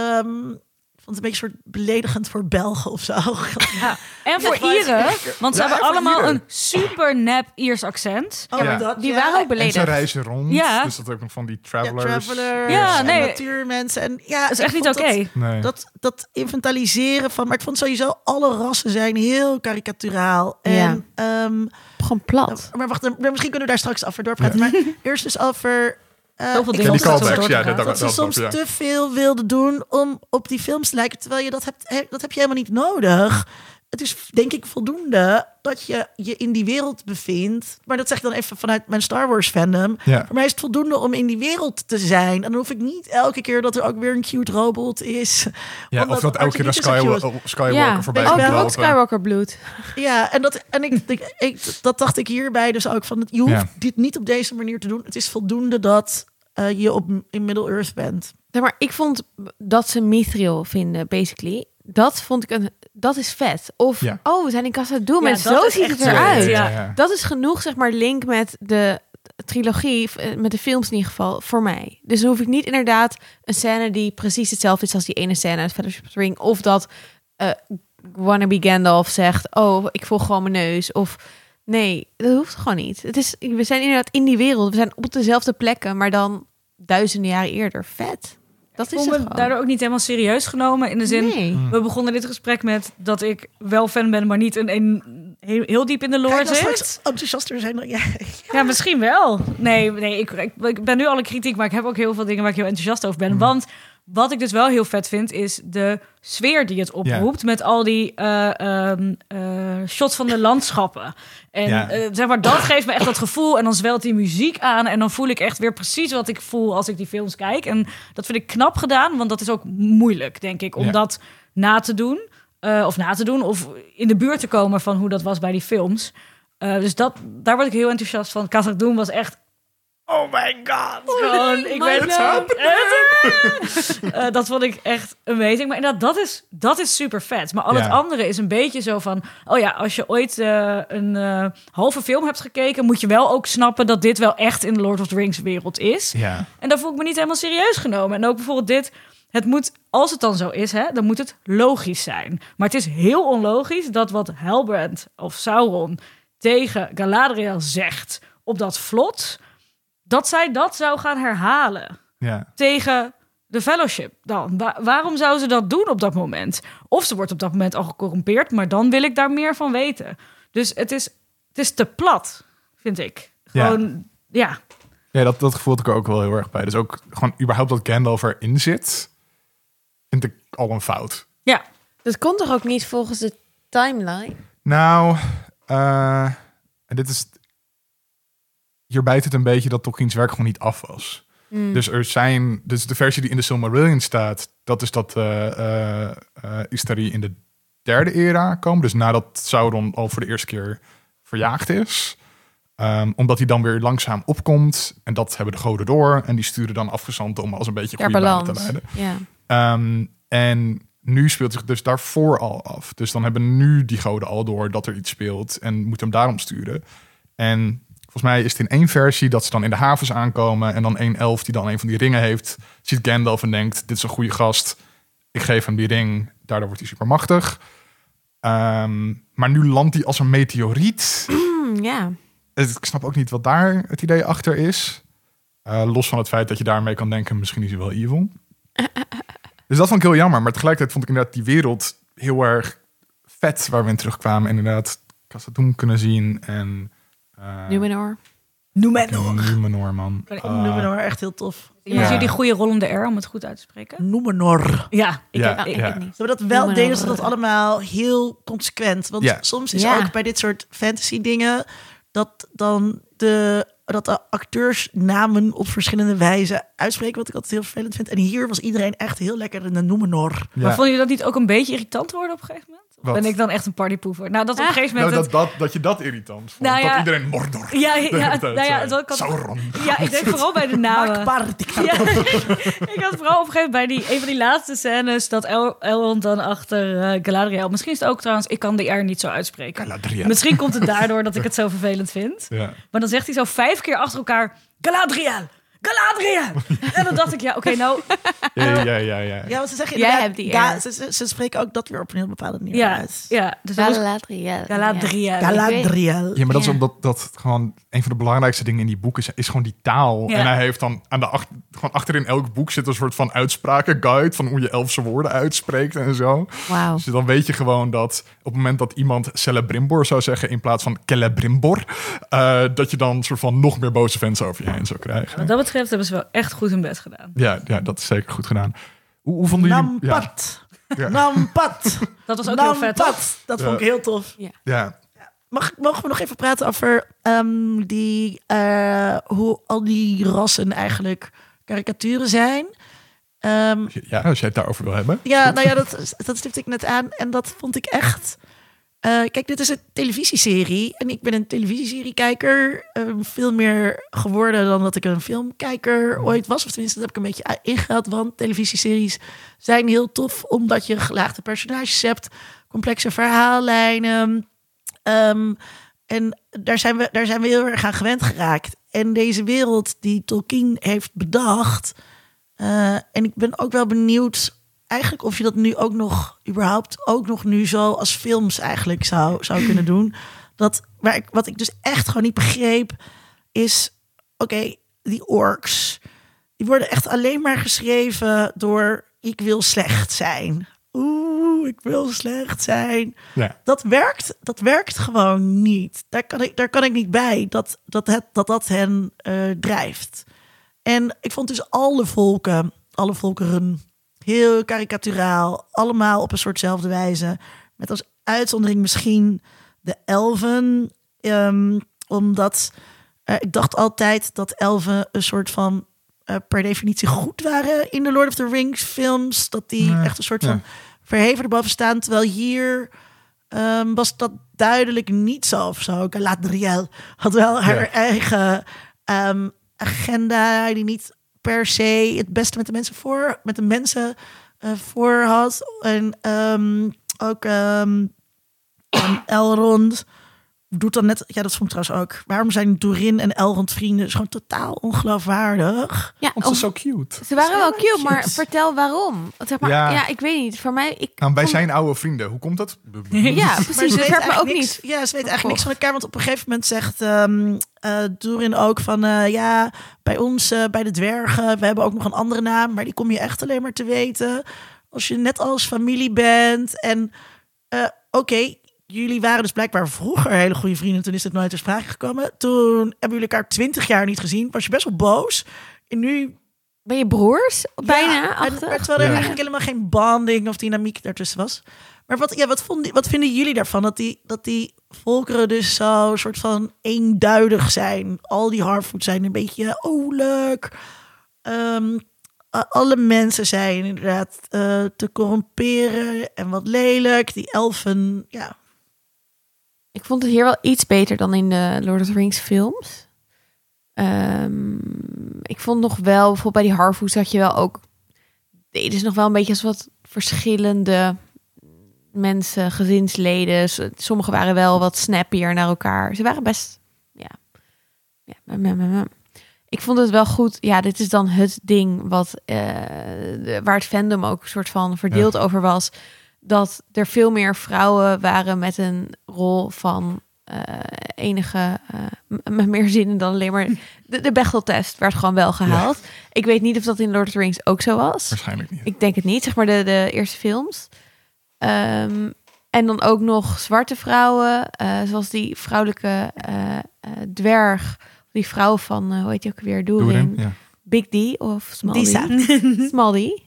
ik vond het een beetje soort beledigend voor Belgen of zo. Ja. En voor Ieren. Want ze hebben allemaal Ieren. een super nep Iers accent. Die waren ook En beledigd. ze reizen rond. Ja. Dus dat ook nog van die travelers. En natuurmensen. En Dat is echt niet oké. Nee. Dat inventariseren van... Maar ik vond sowieso alle rassen zijn heel karikaturaal. En, gewoon plat. Maar wacht, misschien kunnen we daar straks over doorpraten. Maar eerst dus over... Zoveel ik dingen vond die om callbacks, door te ja, gaan. dat ze soms te veel wilden doen om op die films te lijken. Terwijl je dat heb je helemaal niet nodig. Het is denk ik voldoende dat je je in die wereld bevindt. Maar dat zeg ik dan even vanuit mijn Star Wars fandom. Ja. Voor mij is het voldoende om in die wereld te zijn. En dan hoef ik niet elke keer dat er ook weer een cute robot is. Ja, of dat elke keer de Skywalker voorbij ook komt wel lopen. Skywalker bloed. Ja, en dat dacht ik hierbij dus ook van... Je hoeft dit niet op deze manier te doen. Het is voldoende dat je in Middle-earth bent. Ja, maar ik vond dat ze Mithril vinden, basically. Dat vond ik dat is vet. Of, we zijn in Casa Doom en zo ziet het eruit. Ja. Dat is genoeg, zeg maar, link met de trilogie, met de films in ieder geval, voor mij. Dus dan hoef ik niet inderdaad een scène die precies hetzelfde is als die ene scène uit Fellowship of the Ring. Of dat wannabe Gandalf zegt, ik volg gewoon mijn neus. Of nee, dat hoeft gewoon niet. We zijn inderdaad in die wereld. We zijn op dezelfde plekken, maar dan duizenden jaren eerder. Vet. Dat is het gewoon. Daardoor ook niet helemaal serieus genomen. In de zin, we begonnen dit gesprek met dat ik wel fan ben, maar niet heel diep in de lore zit. Enthousiaster zijn dan jij. Ja, misschien wel. Nee, ik ben nu alle kritiek, maar ik heb ook heel veel dingen waar ik heel enthousiast over ben. Want wat ik dus wel heel vet vind, is de sfeer die het oproept met al die shots van de landschappen. En zeg maar, dat geeft me echt dat gevoel. En dan zwelt die muziek aan en dan voel ik echt weer precies wat ik voel als ik die films kijk. En dat vind ik knap gedaan, want dat is ook moeilijk, denk ik, om dat na te doen. Of in de buurt te komen van hoe dat was bij die films. Dus daar word ik heel enthousiast van. Casa Doom was echt... Oh my god. Gewoon, ik weet het. Dat vond ik echt amazing. Maar inderdaad, dat is super vet. Maar al het andere is een beetje zo van... als je ooit een halve film hebt gekeken... moet je wel ook snappen dat dit wel echt in de Lord of the Rings wereld is. Ja. En dan voel ik me niet helemaal serieus genomen. En ook bijvoorbeeld dit... Het moet, als het dan zo is, dan moet het logisch zijn. Maar het is heel onlogisch dat wat Halbrand of Sauron tegen Galadriel zegt op dat vlot... dat zij dat zou gaan herhalen tegen de Fellowship dan. Waarom zou ze dat doen op dat moment? Of ze wordt op dat moment al gecorrumpeerd, maar dan wil ik daar meer van weten. Dus het is te plat, vind ik. Gewoon, ja. Ja, dat gevoel had ik er ook wel heel erg bij. Dus ook gewoon überhaupt dat Gandalf erin zit, vind ik al een fout. Ja. Dat komt toch ook niet volgens de timeline? Nou, dit is... Hier bijt het een beetje dat Tolkien's werk gewoon niet af was. Dus dus de versie die in de Silmarillion staat, dat is dat Istari in de 3e era komen. Dus nadat Sauron al voor de eerste keer verjaagd is. Omdat hij dan weer langzaam opkomt. En dat hebben de goden door. En die sturen dan afgezanten om als een beetje goede banen te leiden. Ja. En nu speelt zich dus daarvoor al af. Dus dan hebben nu die goden al door dat er iets speelt. En moeten hem daarom sturen. En volgens mij is het in één versie dat ze dan in de havens aankomen. En dan één elf die dan een van die ringen heeft. Ziet Gandalf en denkt, dit is een goede gast. Ik geef hem die ring. Daardoor wordt hij supermachtig. Maar nu landt hij als een meteoriet. Ja. Ik snap ook niet wat daar het idee achter is. Los van het feit dat je daarmee kan denken, misschien is hij wel evil. Dus dat vond ik heel jammer. Maar tegelijkertijd vond ik inderdaad die wereld heel erg vet waar we in terugkwamen. En inderdaad Khazad-dûm kunnen zien. En Numenor. Numenor, man. Numenor, echt heel tof. Iemand Ja. jullie die goede rollende R om het goed uit te spreken? Numenor. Ja, Ik Ja, ik ja. niet. Ze hebben dat wel Numenor. deden ze dat allemaal heel consequent. Want Ja. soms is Ja. ook bij dit soort fantasy dingen dat dan de acteurs namen op verschillende wijzen uitspreken, wat ik altijd heel vervelend vind. En hier was iedereen echt heel lekker in de Numenor. Ja. Maar vonden jullie dat niet ook een beetje irritant worden op een gegeven moment? Of Wat? ben ik dan echt een partypoever? Nou, dat op een gegeven Nou, moment... dat je dat irritant vond. Nou ja. Dat iedereen Mordor. Ja, de hele ja, tijd nou ja, zei. dat kan- Sauron. Ja, ik denk vooral bij de namen. Akbar, Ja, ik had vooral op een gegeven moment bij een van die laatste scènes dat Elrond dan achter Galadriel. Misschien is het ook trouwens, ik kan de R niet zo uitspreken. Galadriel. Misschien komt het daardoor dat ik het zo vervelend vind. Ja. Maar dan zegt hij zo 5 keer achter elkaar Galadriel, Galadriel. En dan dacht ik, ja, oké, nou, Ja. Ja, want ze zeggen Jij inderdaad, hebt die ze spreken ook dat weer op een heel bepaalde manier ja, uit. ja. Dus dat was Galadriel. Galadriel. Galadriel. Ja, maar dat is Ja. omdat dat gewoon een van de belangrijkste dingen in die boeken is gewoon die taal. Ja. En hij heeft dan gewoon achterin elk boek zit een soort van uitsprakenguide van hoe je Elfse woorden uitspreekt en zo. Wauw. Dus dan weet je gewoon dat op het moment dat iemand Celebrimbor zou zeggen in plaats van Celebrimbor, dat je dan soort van nog meer boze fans over je heen zou krijgen. Wat dat betreft hebben ze wel echt goed hun best gedaan. Ja, dat is zeker goed gedaan. Hoe vonden jullie... Nampat. Ja. Nampat. Dat was ook heel vet, toch? Nampat. Dat vond ik heel tof. Ja. Mogen we nog even praten over hoe al die rassen eigenlijk karikaturen zijn? Ja, als jij het daarover wil hebben. Ja, nou ja, dat stipte ik net aan. En dat vond ik echt... kijk, dit is een televisieserie. En ik ben een televisieseriekijker. Veel meer geworden dan dat ik een filmkijker ooit was. Of tenminste, dat heb ik een beetje ingehaald. Want televisieseries zijn heel tof. Omdat je gelaagde personages hebt. Complexe verhaallijnen. En daar zijn we heel erg aan gewend geraakt. En deze wereld die Tolkien heeft bedacht... en ik ben ook wel benieuwd... eigenlijk of je dat nu ook nog... überhaupt ook nog nu zo als films eigenlijk zou kunnen doen. Wat ik dus echt gewoon niet begreep... is... oké, die orks... die worden echt alleen maar geschreven door... ik wil slecht zijn. Oeh, ik wil slecht zijn. Ja. Dat werkt gewoon niet. Daar kan ik niet bij dat hen drijft. En ik vond dus alle volkeren heel karikaturaal, allemaal op een soortzelfde wijze. Met als uitzondering misschien de elfen. Omdat ik dacht altijd dat elfen een soort van per definitie goed waren in de Lord of the Rings films. Dat die echt een soort van verheven erboven staan. Terwijl hier was dat duidelijk niet zo of zo. Galadriel had wel haar eigen agenda die niet per se het beste met de mensen voor had. En ook Elrond doet dan net... Ja, dat vond ik trouwens ook. Waarom zijn Durin en Elrond vrienden? Dat is gewoon totaal ongeloofwaardig. Ja, Want ze is zo cute. ze waren wel cute, cute. maar vertel waarom. Zeg maar, Ja. ja, ik weet niet. Voor mij... Wij zijn oude vrienden. Hoe komt dat? Ja, Maar precies. ze Dat weet werd me ook eigenlijk niet. Ja, ze weet eigenlijk niks van elkaar. Want op een gegeven moment zegt Durin ook van... ja, bij ons, bij de dwergen... we hebben ook nog een andere naam... maar die kom je echt alleen maar te weten... als je net als familie bent. En oké, jullie waren dus blijkbaar vroeger hele goede vrienden... toen is het nooit ter sprake gekomen. Toen hebben jullie elkaar 20 jaar niet gezien. Was je best wel boos. En nu... Ben je broers? Bijna, Ja, achter. maar terwijl er eigenlijk helemaal geen bonding of dynamiek daartussen was. Maar wat vinden jullie daarvan? Dat die volkeren dus zo soort van eenduidig zijn. Al die Harfoot zijn een beetje leuk. Alle mensen zijn inderdaad te corrumperen en wat lelijk. Die elfen, ja. Ik vond het hier wel iets beter dan in de Lord of the Rings films. Ik vond nog wel, bijvoorbeeld bij die Harfoots had je wel ook... deden ze nog wel een beetje als wat verschillende mensen, gezinsleden. Sommigen waren wel wat snappier naar elkaar. Ze waren best... Ik vond het wel goed. Ja, dit is dan het ding wat waar het fandom ook een soort van verdeeld over was. dat er veel meer vrouwen waren met een rol van enige met meer zinnen dan alleen maar de Bechdel-test werd gewoon wel gehaald. Ja. Ik weet niet of dat in Lord of the Rings ook zo was. Waarschijnlijk niet. Ik denk het niet, zeg maar de eerste films. En dan ook nog zwarte vrouwen, zoals die vrouwelijke dwerg, die vrouw van, hoe heet je ook weer, Durin. Ja. Big D of Small D. Small D.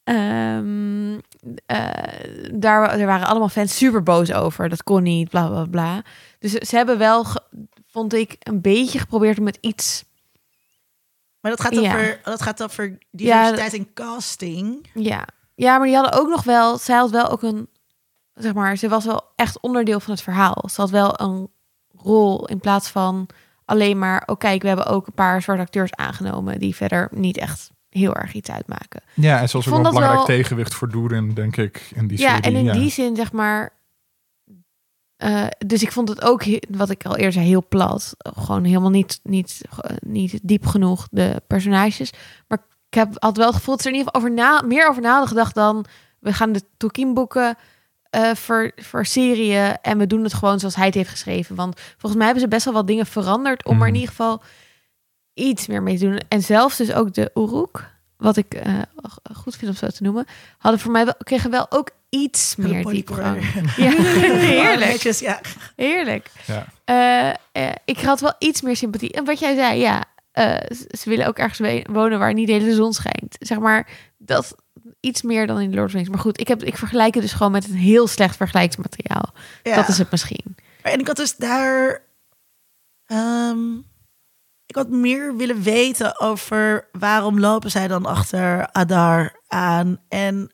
Er waren allemaal fans super boos over. Dat kon niet, bla bla bla. Dus ze hebben wel, vond ik, een beetje geprobeerd om het iets... Maar dat gaat over diversiteit in casting. Ja, maar die hadden ook nog wel... Zij had wel ook een... Zeg maar, ze was wel echt onderdeel van het verhaal. Ze had wel een rol in plaats van alleen maar... Oh kijk, we hebben ook een paar zwarte acteurs aangenomen... die verder niet echt heel erg iets uitmaken. Ja, en zoals ook wel een belangrijk tegenwicht voor Durin, denk ik, in die serie. Ja, en in die zin, zeg maar... dus ik vond het ook, wat ik al eerder zei, heel plat. Gewoon helemaal niet diep genoeg, de personages. Maar ik had wel het gevoel dat ze er in ieder geval meer over na hadden gedacht dan... we gaan de Tolkien boeken voor Syrië en we doen het gewoon zoals hij het heeft geschreven. Want volgens mij hebben ze best wel wat dingen veranderd om er in ieder geval iets meer mee te doen. En zelfs dus ook de Uruk, wat ik goed vind om zo te noemen, kregen wel ook iets meer diepgang. Ja, heerlijk. Ja. Heerlijk. Ja. Ik had wel iets meer sympathie. En wat jij zei, ze willen ook ergens wonen waar niet de hele zon schijnt. Zeg maar, dat iets meer dan in Lord of the Rings. Maar goed, ik vergelijk het dus gewoon met een heel slecht vergelijksmateriaal. Ja. Dat is het misschien. En ik had dus daar... ik had meer willen weten over waarom lopen zij dan achter Adar aan. En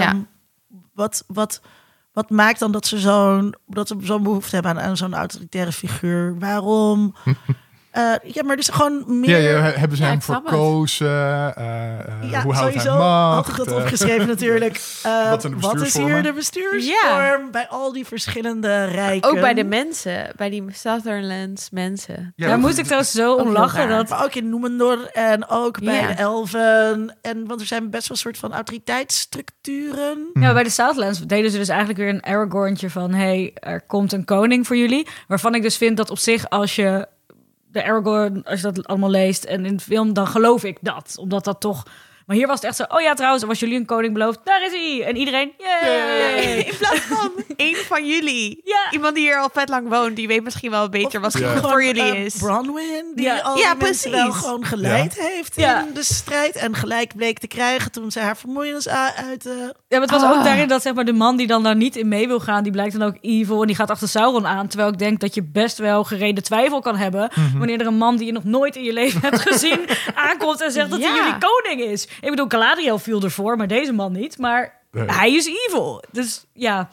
wat maakt dan dat ze zo'n behoefte hebben aan zo'n autoritaire figuur? Waarom... maar dus gewoon meer... hebben ze hem verkozen? Hoe houdt hij macht? Had ik dat opgeschreven natuurlijk. Wat is hier de bestuursvorm bij al die verschillende rijken? Ook bij de mensen, bij die Sutherlands mensen. Ja, daar moest ik trouwens zo om lachen. Maar ook in Númenor en ook bij de elfen. Want er zijn best wel een soort van autoriteitsstructuren. Ja, bij de Southlands deden ze dus eigenlijk weer een Aragorntje van... hey, er komt een koning voor jullie. Waarvan ik dus vind dat op zich als je... de Aragorn, als je dat allemaal leest en in de film, dan geloof ik dat. Omdat dat toch... Maar hier was het echt zo... Oh ja, trouwens, er was jullie een koning beloofd. Daar is hij! En iedereen... Yay! In plaats van één van jullie. Ja. Iemand die hier al vet lang woont. Die weet misschien wel beter wat goed voor jullie is. Bronwyn, die al die mensen wel gewoon geleid heeft in de strijd. En gelijk bleek te krijgen toen ze haar vermoeienis uit... Ja, maar het was ook daarin dat zeg maar de man die dan daar niet in mee wil gaan... die blijkt dan ook evil en die gaat achter Sauron aan. Terwijl ik denk dat je best wel gereden twijfel kan hebben... wanneer er een man die je nog nooit in je leven hebt gezien... aankomt en zegt dat hij jullie koning is. Ik bedoel, Galadriel viel ervoor, maar deze man niet. Maar hij is evil. Dus ja,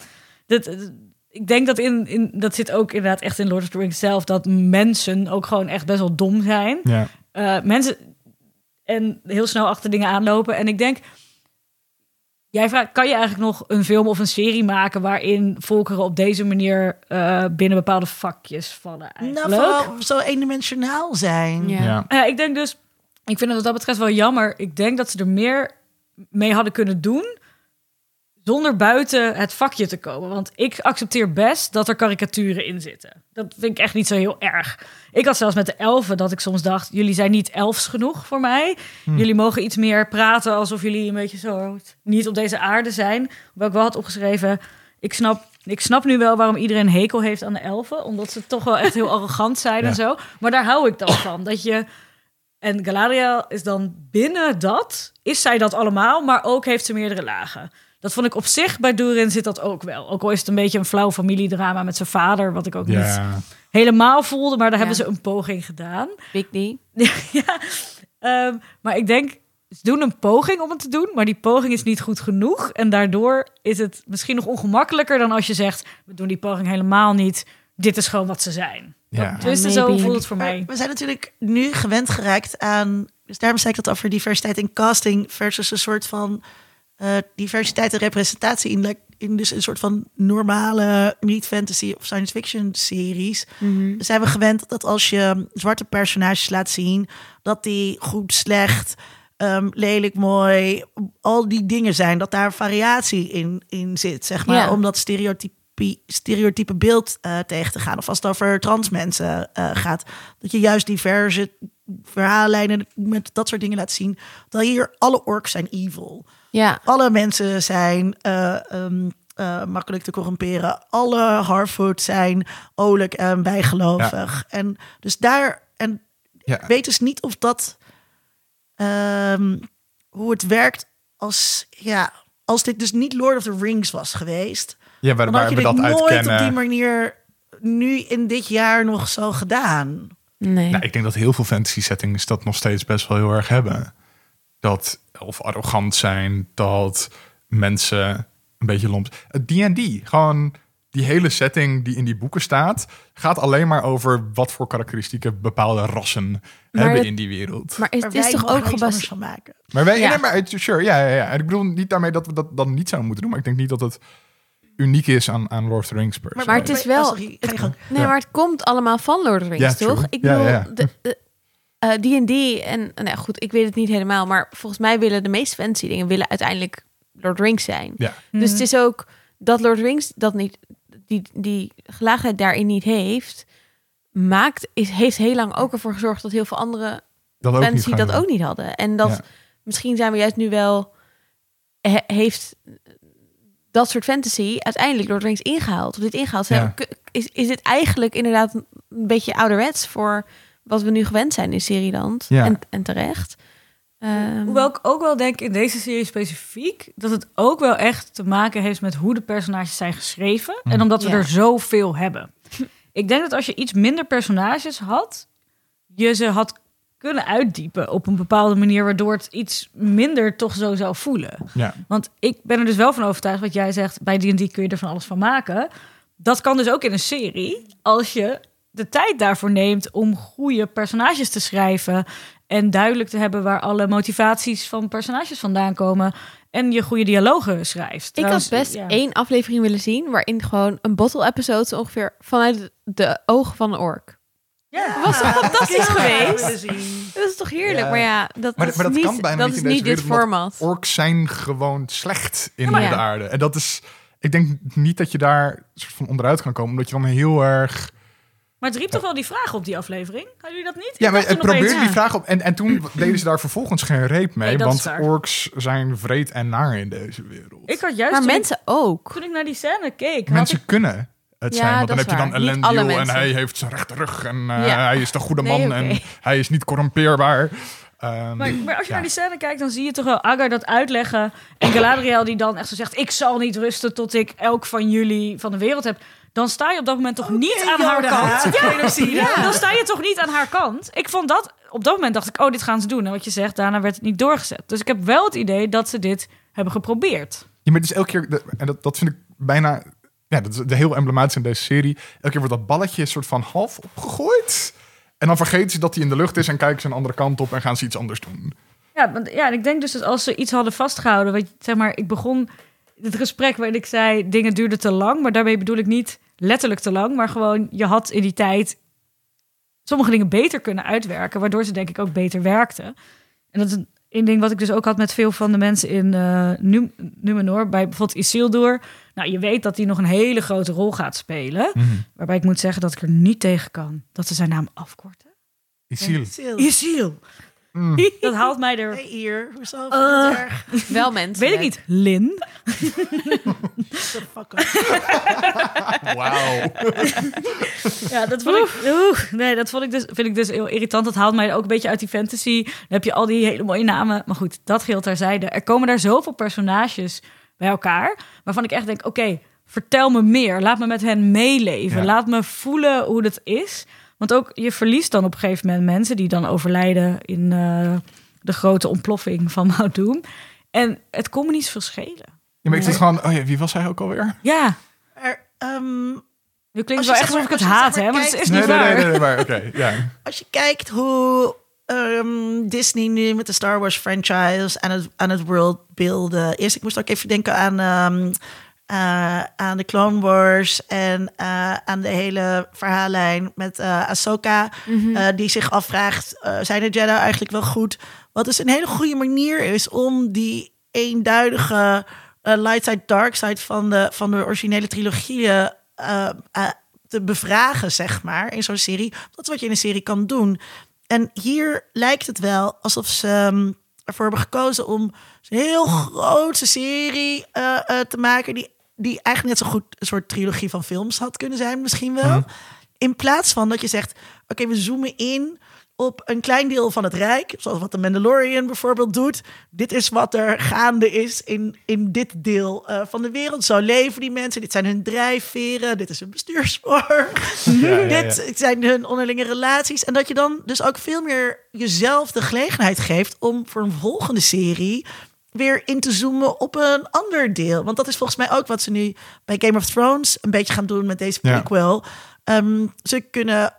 ik denk dat dat zit ook inderdaad echt in Lord of the Rings zelf... dat mensen ook gewoon echt best wel dom zijn. Ja. Mensen en heel snel achter dingen aanlopen. En ik denk... Jij vraagt, kan je eigenlijk nog een film of een serie maken... waarin volkeren op deze manier binnen bepaalde vakjes vallen eigenlijk? Nou, vooral zo eendimensionaal zijn. Ja. Ik denk dus... Ik vind het wat dat betreft wel jammer. Ik denk dat ze er meer mee hadden kunnen doen... zonder buiten het vakje te komen. Want ik accepteer best dat er karikaturen in zitten. Dat vind ik echt niet zo heel erg. Ik had zelfs met de elfen dat ik soms dacht... jullie zijn niet elfs genoeg voor mij. Jullie mogen iets meer praten alsof jullie een beetje zo... niet op deze aarde zijn. Hoewel ik wel had opgeschreven... Ik snap nu wel waarom iedereen hekel heeft aan de elfen. Omdat ze toch wel echt heel arrogant zijn en zo. Maar daar hou ik dan van. Dat je... En Galadriel is dan binnen dat... is zij dat allemaal, maar ook heeft ze meerdere lagen. Dat vond ik op zich, bij Durin zit dat ook wel. Ook al is het een beetje een flauw familiedrama met zijn vader... wat ik ook niet helemaal voelde, maar daar hebben ze een poging gedaan. Big D. Maar ik denk, ze doen een poging om het te doen... maar die poging is niet goed genoeg. En daardoor is het misschien nog ongemakkelijker... dan als je zegt, we doen die poging helemaal niet. Dit is gewoon wat ze zijn. Dus zo voelt het voor mij. We zijn natuurlijk nu gewend geraakt aan... dus daarom zei ik dat over diversiteit in casting... versus een soort van diversiteit en representatie... in dus een soort van normale niet-fantasy of science fiction series... zijn we gewend dat als je zwarte personages laat zien... dat die goed, slecht... lelijk, mooi. Al die dingen zijn dat daar variatie in zit, zeg maar. Ja. Om dat stereotype beeld tegen te gaan. Of als het over trans mensen gaat. Dat je juist diverse verhaallijnen met dat soort dingen laat zien. Dat hier alle orks zijn evil. Ja. Alle mensen zijn makkelijk te corrumperen. Alle Harfoot zijn olijk en bijgelovig. Ja. En dus daar... En Ja. ik weet dus niet of dat... hoe het werkt als dit dus niet Lord of the Rings was geweest. Ja, Dan waar had je we dit dat uit nooit kennen. op die manier nu in dit jaar nog zo gedaan. Nee. Nou, ik denk dat heel veel fantasy settings dat nog steeds best wel heel erg hebben. Dat of arrogant zijn, dat mensen een beetje lomp. D&D, gewoon die hele setting die in die boeken staat, gaat alleen maar over wat voor karakteristieken bepaalde rassen hebben het- in die wereld. Maar Maar het is wij toch mogen ook er iets anders gebaseerd... van maken. Maar wij, Ja. nee, maar sure, ja. En ik bedoel niet daarmee dat we dat dan niet zouden moeten doen, maar ik denk niet dat het uniek is aan Lord of the Rings per se. Maar het is wel- sorry, ga je gang. Nee, Ja. maar het komt allemaal van Lord of the Rings, Ja, true. toch? Ik Ja, bedoel, ja. D&D en nou goed, ik weet het niet helemaal, maar volgens mij willen de meeste fantasy dingen uiteindelijk Lord of the Rings zijn. Ja. Dus het is ook dat Lord of the Rings dat niet, die gelaagdheid daarin niet heeft, heeft heel lang ook ervoor gezorgd dat heel veel andere Dat ook niet fantasy gaan dat doen. ook niet hadden. En dat Ja. misschien zijn we juist nu wel heeft dat soort fantasy uiteindelijk Lord of the Rings ingehaald. Of dit ingehaald. Ja. Is dit eigenlijk inderdaad een beetje ouderwets voor wat we nu gewend zijn in serieland? Ja. En terecht. Hoewel ik ook wel denk in deze serie specifiek dat het ook wel echt te maken heeft met hoe de personages zijn geschreven. En omdat we Ja. er zoveel hebben. Ik denk dat als je iets minder personages had, je ze had kunnen uitdiepen op een bepaalde manier, waardoor het iets minder toch zo zou voelen. Ja. Want ik ben er dus wel van overtuigd, wat jij zegt, bij D&D kun je er van alles van maken. Dat kan dus ook in een serie, als je de tijd daarvoor neemt om goede personages te schrijven en duidelijk te hebben waar alle motivaties van personages vandaan komen en je goede dialogen schrijft. Ik had Trouwens, best ja. 1 aflevering willen zien waarin gewoon een bottle episode zo ongeveer vanuit de ogen van een ork. Ja. Was toch fantastisch geweest? willen zien. Dat is toch heerlijk? Ja. Maar ja, dat Maar is dat niet, kan bijna dat niet is in deze niet dit wereld, omdat format. Orks zijn gewoon slecht in maar de ja. aarde. En dat is, ik denk niet dat je daar soort van onderuit kan komen, omdat je dan heel erg... Maar het riep toch wel die vraag op die aflevering? Hadden jullie dat niet? Ja, Ik maar dacht het toen probeerde opeens, die vraag op. En toen deden ze daar vervolgens geen reep mee, Nee, dat is want waar. orks zijn vreed en naar in deze wereld. Ik had juist Maar toen, mensen ook. toen ik naar die scène keek, Mensen kunnen het Ja, zijn, want dan dat heb je is dan waar. Niet alle Elendil en mensen. hij heeft zijn rechte rug en Ja. hij is de goede Nee, man oké. en hij is niet corrumpeerbaar. Maar als je ja. naar die scène kijkt, dan zie je toch wel Agar dat uitleggen. En Galadriel die dan echt zo zegt, ik zal niet rusten tot ik elk van jullie van de wereld heb. Dan sta je op dat moment toch niet aan haar kant. Ja, dan sta je toch niet aan haar kant. Ik vond dat, op dat moment dacht ik, oh, dit gaan ze doen. En wat je zegt, daarna werd het niet doorgezet. Dus ik heb wel het idee dat ze dit hebben geprobeerd. Ja, maar het is elke keer, en dat vind ik bijna, ja, dat is de heel emblematisch in deze serie. Elke keer wordt dat balletje soort van half opgegooid. En dan vergeten ze dat hij in de lucht is en kijken ze een andere kant op en gaan ze iets anders doen. Ja, want, ja, en ik denk dus dat als ze iets hadden vastgehouden, weet je, zeg maar, ik begon het gesprek waarin ik zei, dingen duurden te lang, maar daarmee bedoel ik niet letterlijk te lang, maar gewoon, je had in die tijd sommige dingen beter kunnen uitwerken, waardoor ze denk ik ook beter werkten. En dat is een ding wat ik dus ook had met veel van de mensen in Numenor, bij bijvoorbeeld Isildur. Nou, je weet dat hij nog een hele grote rol gaat spelen, waarbij ik moet zeggen dat ik er niet tegen kan dat ze zijn naam afkorten. Isil. Isil. Dat haalt mij er... Hey, hier, hoezo? Vind je het erg? Wel mensen. Weet ik niet. Lin. Fuck up. Wauw. Ja, dat vond ik... nee, dat vind ik dus heel irritant. Dat haalt mij ook een beetje uit die fantasy. Dan heb je al die hele mooie namen. Maar goed, dat geheel terzijde. Er komen daar zoveel personages bij elkaar, waarvan ik echt denk, oké, vertel me meer. Laat me met hen meeleven. Ja. Laat me voelen hoe dat is. Want ook, je verliest dan op een gegeven moment mensen die dan overlijden in de grote ontploffing van Mount Doom. En het kon me niet veel schelen. Ja, maar ik zit gewoon, oh ja, wie was hij ook alweer? Ja, Er, nu klinkt Als het je wel zeg echt alsof ik maar- het als je haat, zeg hè? maar Maar het is kijkt- niet waar. Nee, maar oké, ja. als je kijkt hoe Disney nu met de Star Wars franchise aan het worldbeelden is. Ik moest ook even denken aan aan de Clone Wars en aan de hele verhaallijn met Ahsoka, die zich afvraagt, zijn de Jedi eigenlijk wel goed? Wat dus een hele goede manier is om die eenduidige light side, dark side van de originele trilogieën te bevragen, zeg maar, in zo'n serie. Dat is wat je in een serie kan doen. En hier lijkt het wel alsof ze ervoor hebben gekozen om een heel grote serie te maken die eigenlijk net zo goed een soort trilogie van films had kunnen zijn, misschien wel. In plaats van dat je zegt, oké, we zoomen in op een klein deel van het Rijk, zoals wat de Mandalorian bijvoorbeeld doet. Dit is wat er gaande is in dit deel van de wereld. Zo leven die mensen. Dit zijn hun drijfveren. Dit is hun bestuursvorm. Dit zijn hun onderlinge relaties. En dat je dan dus ook veel meer jezelf de gelegenheid geeft om voor een volgende serie weer in te zoomen op een ander deel. Want dat is volgens mij ook wat ze nu bij Game of Thrones een beetje gaan doen met deze prequel. Ze kunnen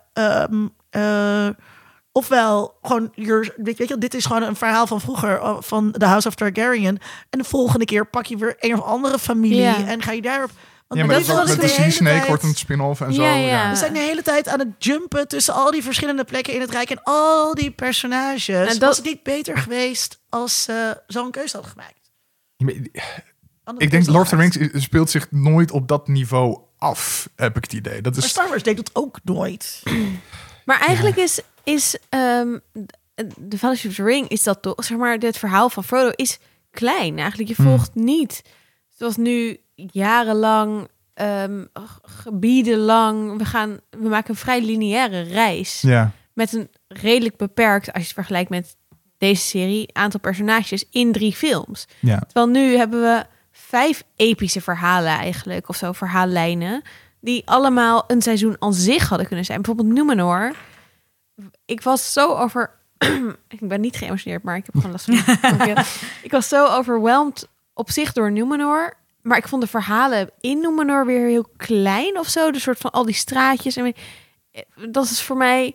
ofwel gewoon, weet je, dit is gewoon een verhaal van vroeger, van The House of Targaryen. En de volgende keer pak je weer een of andere familie en ga je daarop. Maar dat is ook met de Sea Snake wordt een spin-off en zo. We zijn de hele tijd aan het jumpen tussen al die verschillende plekken in het Rijk en al die personages. En was het niet beter geweest als zo'n keuze hadden gemaakt? Ik denk Lord of the Rings speelt zich nooit op dat niveau af, heb ik het idee. Maar Star Wars deed dat ook nooit. Maar eigenlijk is de Fellowship of the Ring, is dat toch, zeg maar, dit verhaal van Frodo is klein. Eigenlijk, je volgt niet, zoals nu jarenlang, gebieden lang. We maken een vrij lineaire reis. Ja. Met een redelijk beperkt, als je het vergelijkt met deze serie, aantal personages in 3 films. Ja. Terwijl nu hebben we 5 epische verhalen eigenlijk, of zo, verhaallijnen, die allemaal een seizoen aan zich hadden kunnen zijn. Bijvoorbeeld Numenor. Ik was zo ik ben niet geëmotioneerd, maar ik heb gewoon last van. Ik was zo overweldigd op zich door Numenor. Maar ik vond de verhalen in Numenor weer heel klein of zo. De soort van al die straatjes. En dat is voor mij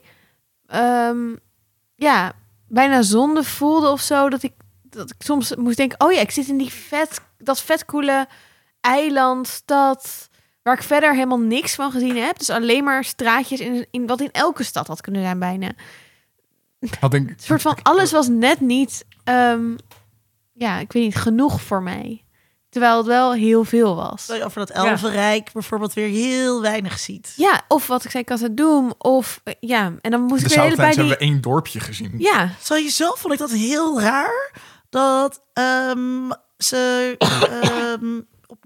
bijna zonde voelde of zo. Dat ik soms moest denken, oh ja, ik zit in dat vet coole eilandstad, waar ik verder helemaal niks van gezien heb. Dus alleen maar straatjes in wat in elke stad had kunnen zijn bijna. Een soort van alles was net niet, ik weet niet, genoeg voor mij. Terwijl het wel heel veel was. Dat je over dat Elfenrijk bijvoorbeeld weer heel weinig ziet. Ja, of wat ik zei, Khazad-dûm. Of en dan moest ik weer hele bij hebben we 1 dorpje gezien. Ja. Sowieso vond ik dat heel raar dat ze op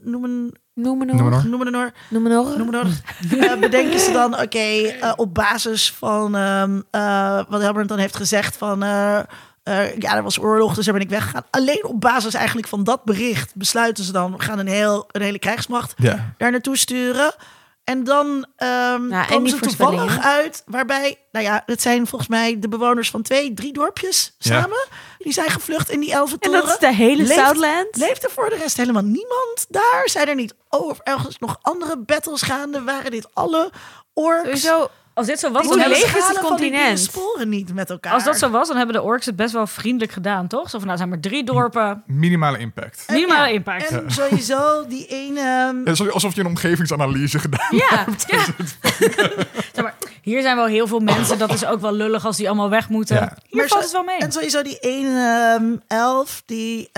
Numenor bedenken ze dan, op basis van wat Halbrand dan heeft gezegd van er was oorlog, dus daar ben ik weggegaan. Alleen op basis eigenlijk van dat bericht besluiten ze dan, we gaan een hele krijgsmacht daar naartoe sturen. En dan komen ze toevallig uit, waarbij, het zijn volgens mij de bewoners van 2-3 dorpjes samen. Die zijn gevlucht in die Elfentoren. En dat is de hele Southland. Leeft er voor de rest helemaal niemand daar? Zijn er niet ergens nog andere battles gaande? Waren dit alle orks? Sowieso, als dit zo was, dan hebben het continent. Sporen niet met elkaar. Als dat zo was, dan hebben de orks het best wel vriendelijk gedaan, toch? Zo van, zijn maar 3 dorpen. Minimale impact. Minimale impact. En sowieso die ene... alsof je een omgevingsanalyse gedaan hebt. Ja. Zeg maar, hier zijn wel heel veel mensen. Dat is ook wel lullig als die allemaal weg moeten. Ja. Hier valt het wel mee. En sowieso die ene elf, die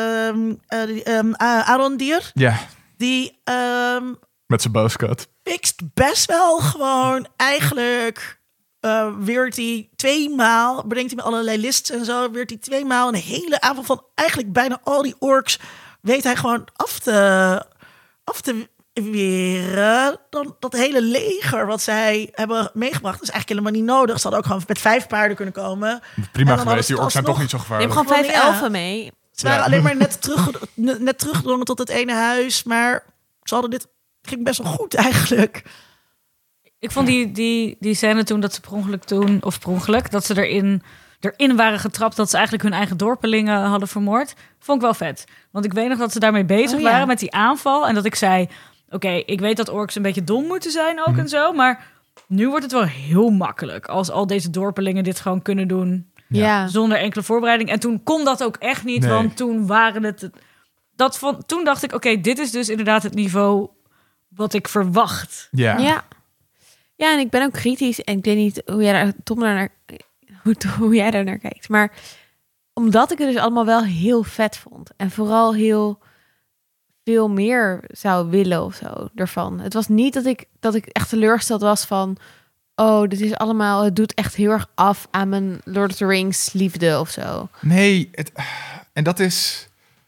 Arondir. Ja. Die... met zijn bowscut. Pikt best wel gewoon eigenlijk weert hij 2 maal, bedenkt hij met allerlei lists en zo, weert hij 2 maal een hele avond van eigenlijk bijna al die orks weet hij gewoon af te weren. Dan dat hele leger wat zij hebben meegebracht is eigenlijk helemaal niet nodig. Ze hadden ook gewoon met 5 paarden kunnen komen. Prima geweest, die orks zijn toch niet zo gevaarlijk. Neem gewoon 5 elfen mee. Ze waren alleen maar net teruggedrongen tot het ene huis, maar ze hadden dit... Het ging best wel goed eigenlijk. Ik vond die scène toen dat ze per ongeluk, dat ze erin waren getrapt, dat ze eigenlijk hun eigen dorpelingen hadden vermoord. Vond ik wel vet. Want ik weet nog dat ze daarmee bezig waren met die aanval. En dat ik zei, ik weet dat orks een beetje dom moeten zijn ook en zo. Maar nu wordt het wel heel makkelijk als al deze dorpelingen dit gewoon kunnen doen. Ja. Zonder enkele voorbereiding. En toen kon dat ook echt niet, want toen waren het... toen dacht ik, oké, dit is dus inderdaad het niveau wat ik verwacht. Ja. Ja, en ik ben ook kritisch. En ik weet niet hoe jij hoe jij daar naar kijkt. Maar omdat ik het dus allemaal wel heel vet vond. En vooral heel veel meer zou willen of zo ervan. Het was niet dat ik echt teleurgesteld was van... Oh, dit is allemaal... Het doet echt heel erg af aan mijn Lord of the Rings liefde of zo. Nee, en dat is...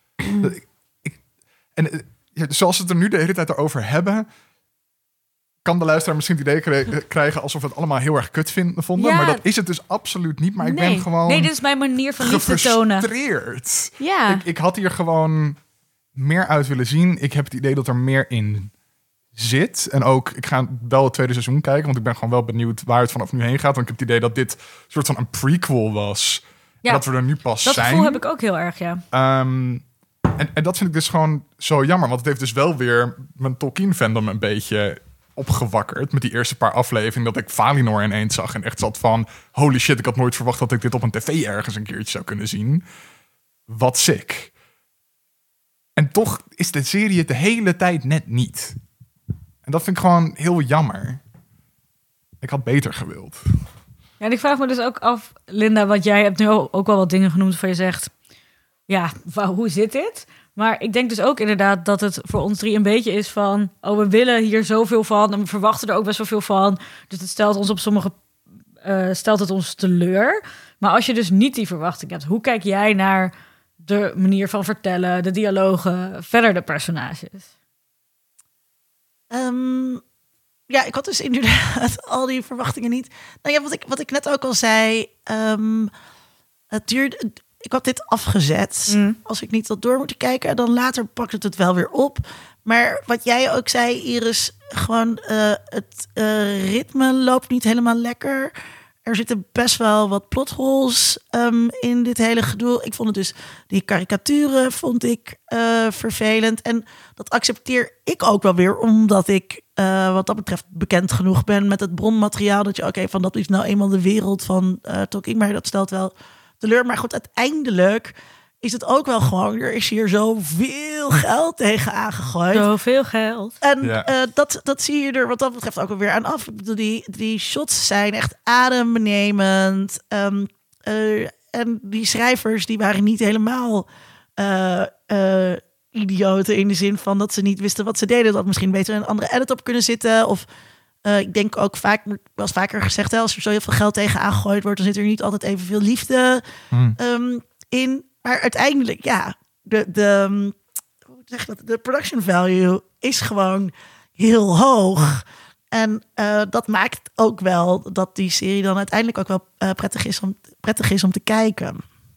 Zoals we het er nu de hele tijd over hebben... kan de luisteraar misschien het idee krijgen... alsof we het allemaal heel erg kut vonden. Ja. Maar dat is het dus absoluut niet. Maar ik ben gewoon... Nee, dit is mijn manier van liefde tonen. Gefrustreerd. Ja. Ik had hier gewoon meer uit willen zien. Ik heb het idee dat er meer in zit. En ook, ik ga wel het tweede seizoen kijken... want ik ben gewoon wel benieuwd waar het vanaf nu heen gaat. Want ik heb het idee dat dit een soort van een prequel was. Ja, en dat we er nu pas dat zijn. gevoel heb ik ook heel erg, ja. En dat vind ik dus gewoon zo jammer. Want het heeft dus wel weer mijn Tolkien-fandom een beetje opgewakkerd. Met die eerste paar afleveringen dat ik Valinor ineens zag. En echt zat van, holy shit, ik had nooit verwacht dat ik dit op een tv ergens een keertje zou kunnen zien. Wat sick. En toch is de serie het de hele tijd net niet. En dat vind ik gewoon heel jammer. Ik had beter gewild. Ja, en ik vraag me dus ook af, Linda, want jij hebt nu ook wel wat dingen genoemd van je zegt... Ja, hoe zit dit? Maar ik denk dus ook inderdaad dat het voor ons drie een beetje is van... Oh, we willen hier zoveel van en we verwachten er ook best wel veel van. Dus het stelt ons op sommige... stelt het ons teleur. Maar als je dus niet die verwachting hebt... Hoe kijk jij naar de manier van vertellen, de dialogen, verder de personages? Ja, ik had dus inderdaad al die verwachtingen niet. Nou ja, wat ik net ook al zei... het duurde... Ik had dit afgezet. Als ik niet had door moeten kijken, dan later pakt het wel weer op. Maar wat jij ook zei, Iris, gewoon het ritme loopt niet helemaal lekker. Er zitten best wel wat plotholes in dit hele gedoe. Ik vond het dus, die karikaturen vond ik vervelend. En dat accepteer ik ook wel weer, omdat ik wat dat betreft bekend genoeg ben met het bronmateriaal. Dat je, oké, van dat is nou eenmaal de wereld van Tolkien, maar dat stelt wel teleur. Maar goed, uiteindelijk is het ook wel gewoon... Er is hier zoveel geld tegen aangegooid. Zoveel geld. En dat zie je er wat dat betreft ook alweer aan af. Ik bedoel, die shots zijn echt adembenemend. En die schrijvers, die waren niet helemaal idioten... in de zin van dat ze niet wisten wat ze deden. Dat misschien beter een andere edit op kunnen zitten. Of ik denk ook vaak, was vaker gezegd... Hè, als er zo heel veel geld tegen aangegooid wordt... dan zit er niet altijd evenveel liefde in. Maar uiteindelijk, ja, de production value is gewoon heel hoog. En dat maakt ook wel dat die serie dan uiteindelijk ook wel prettig is om te kijken.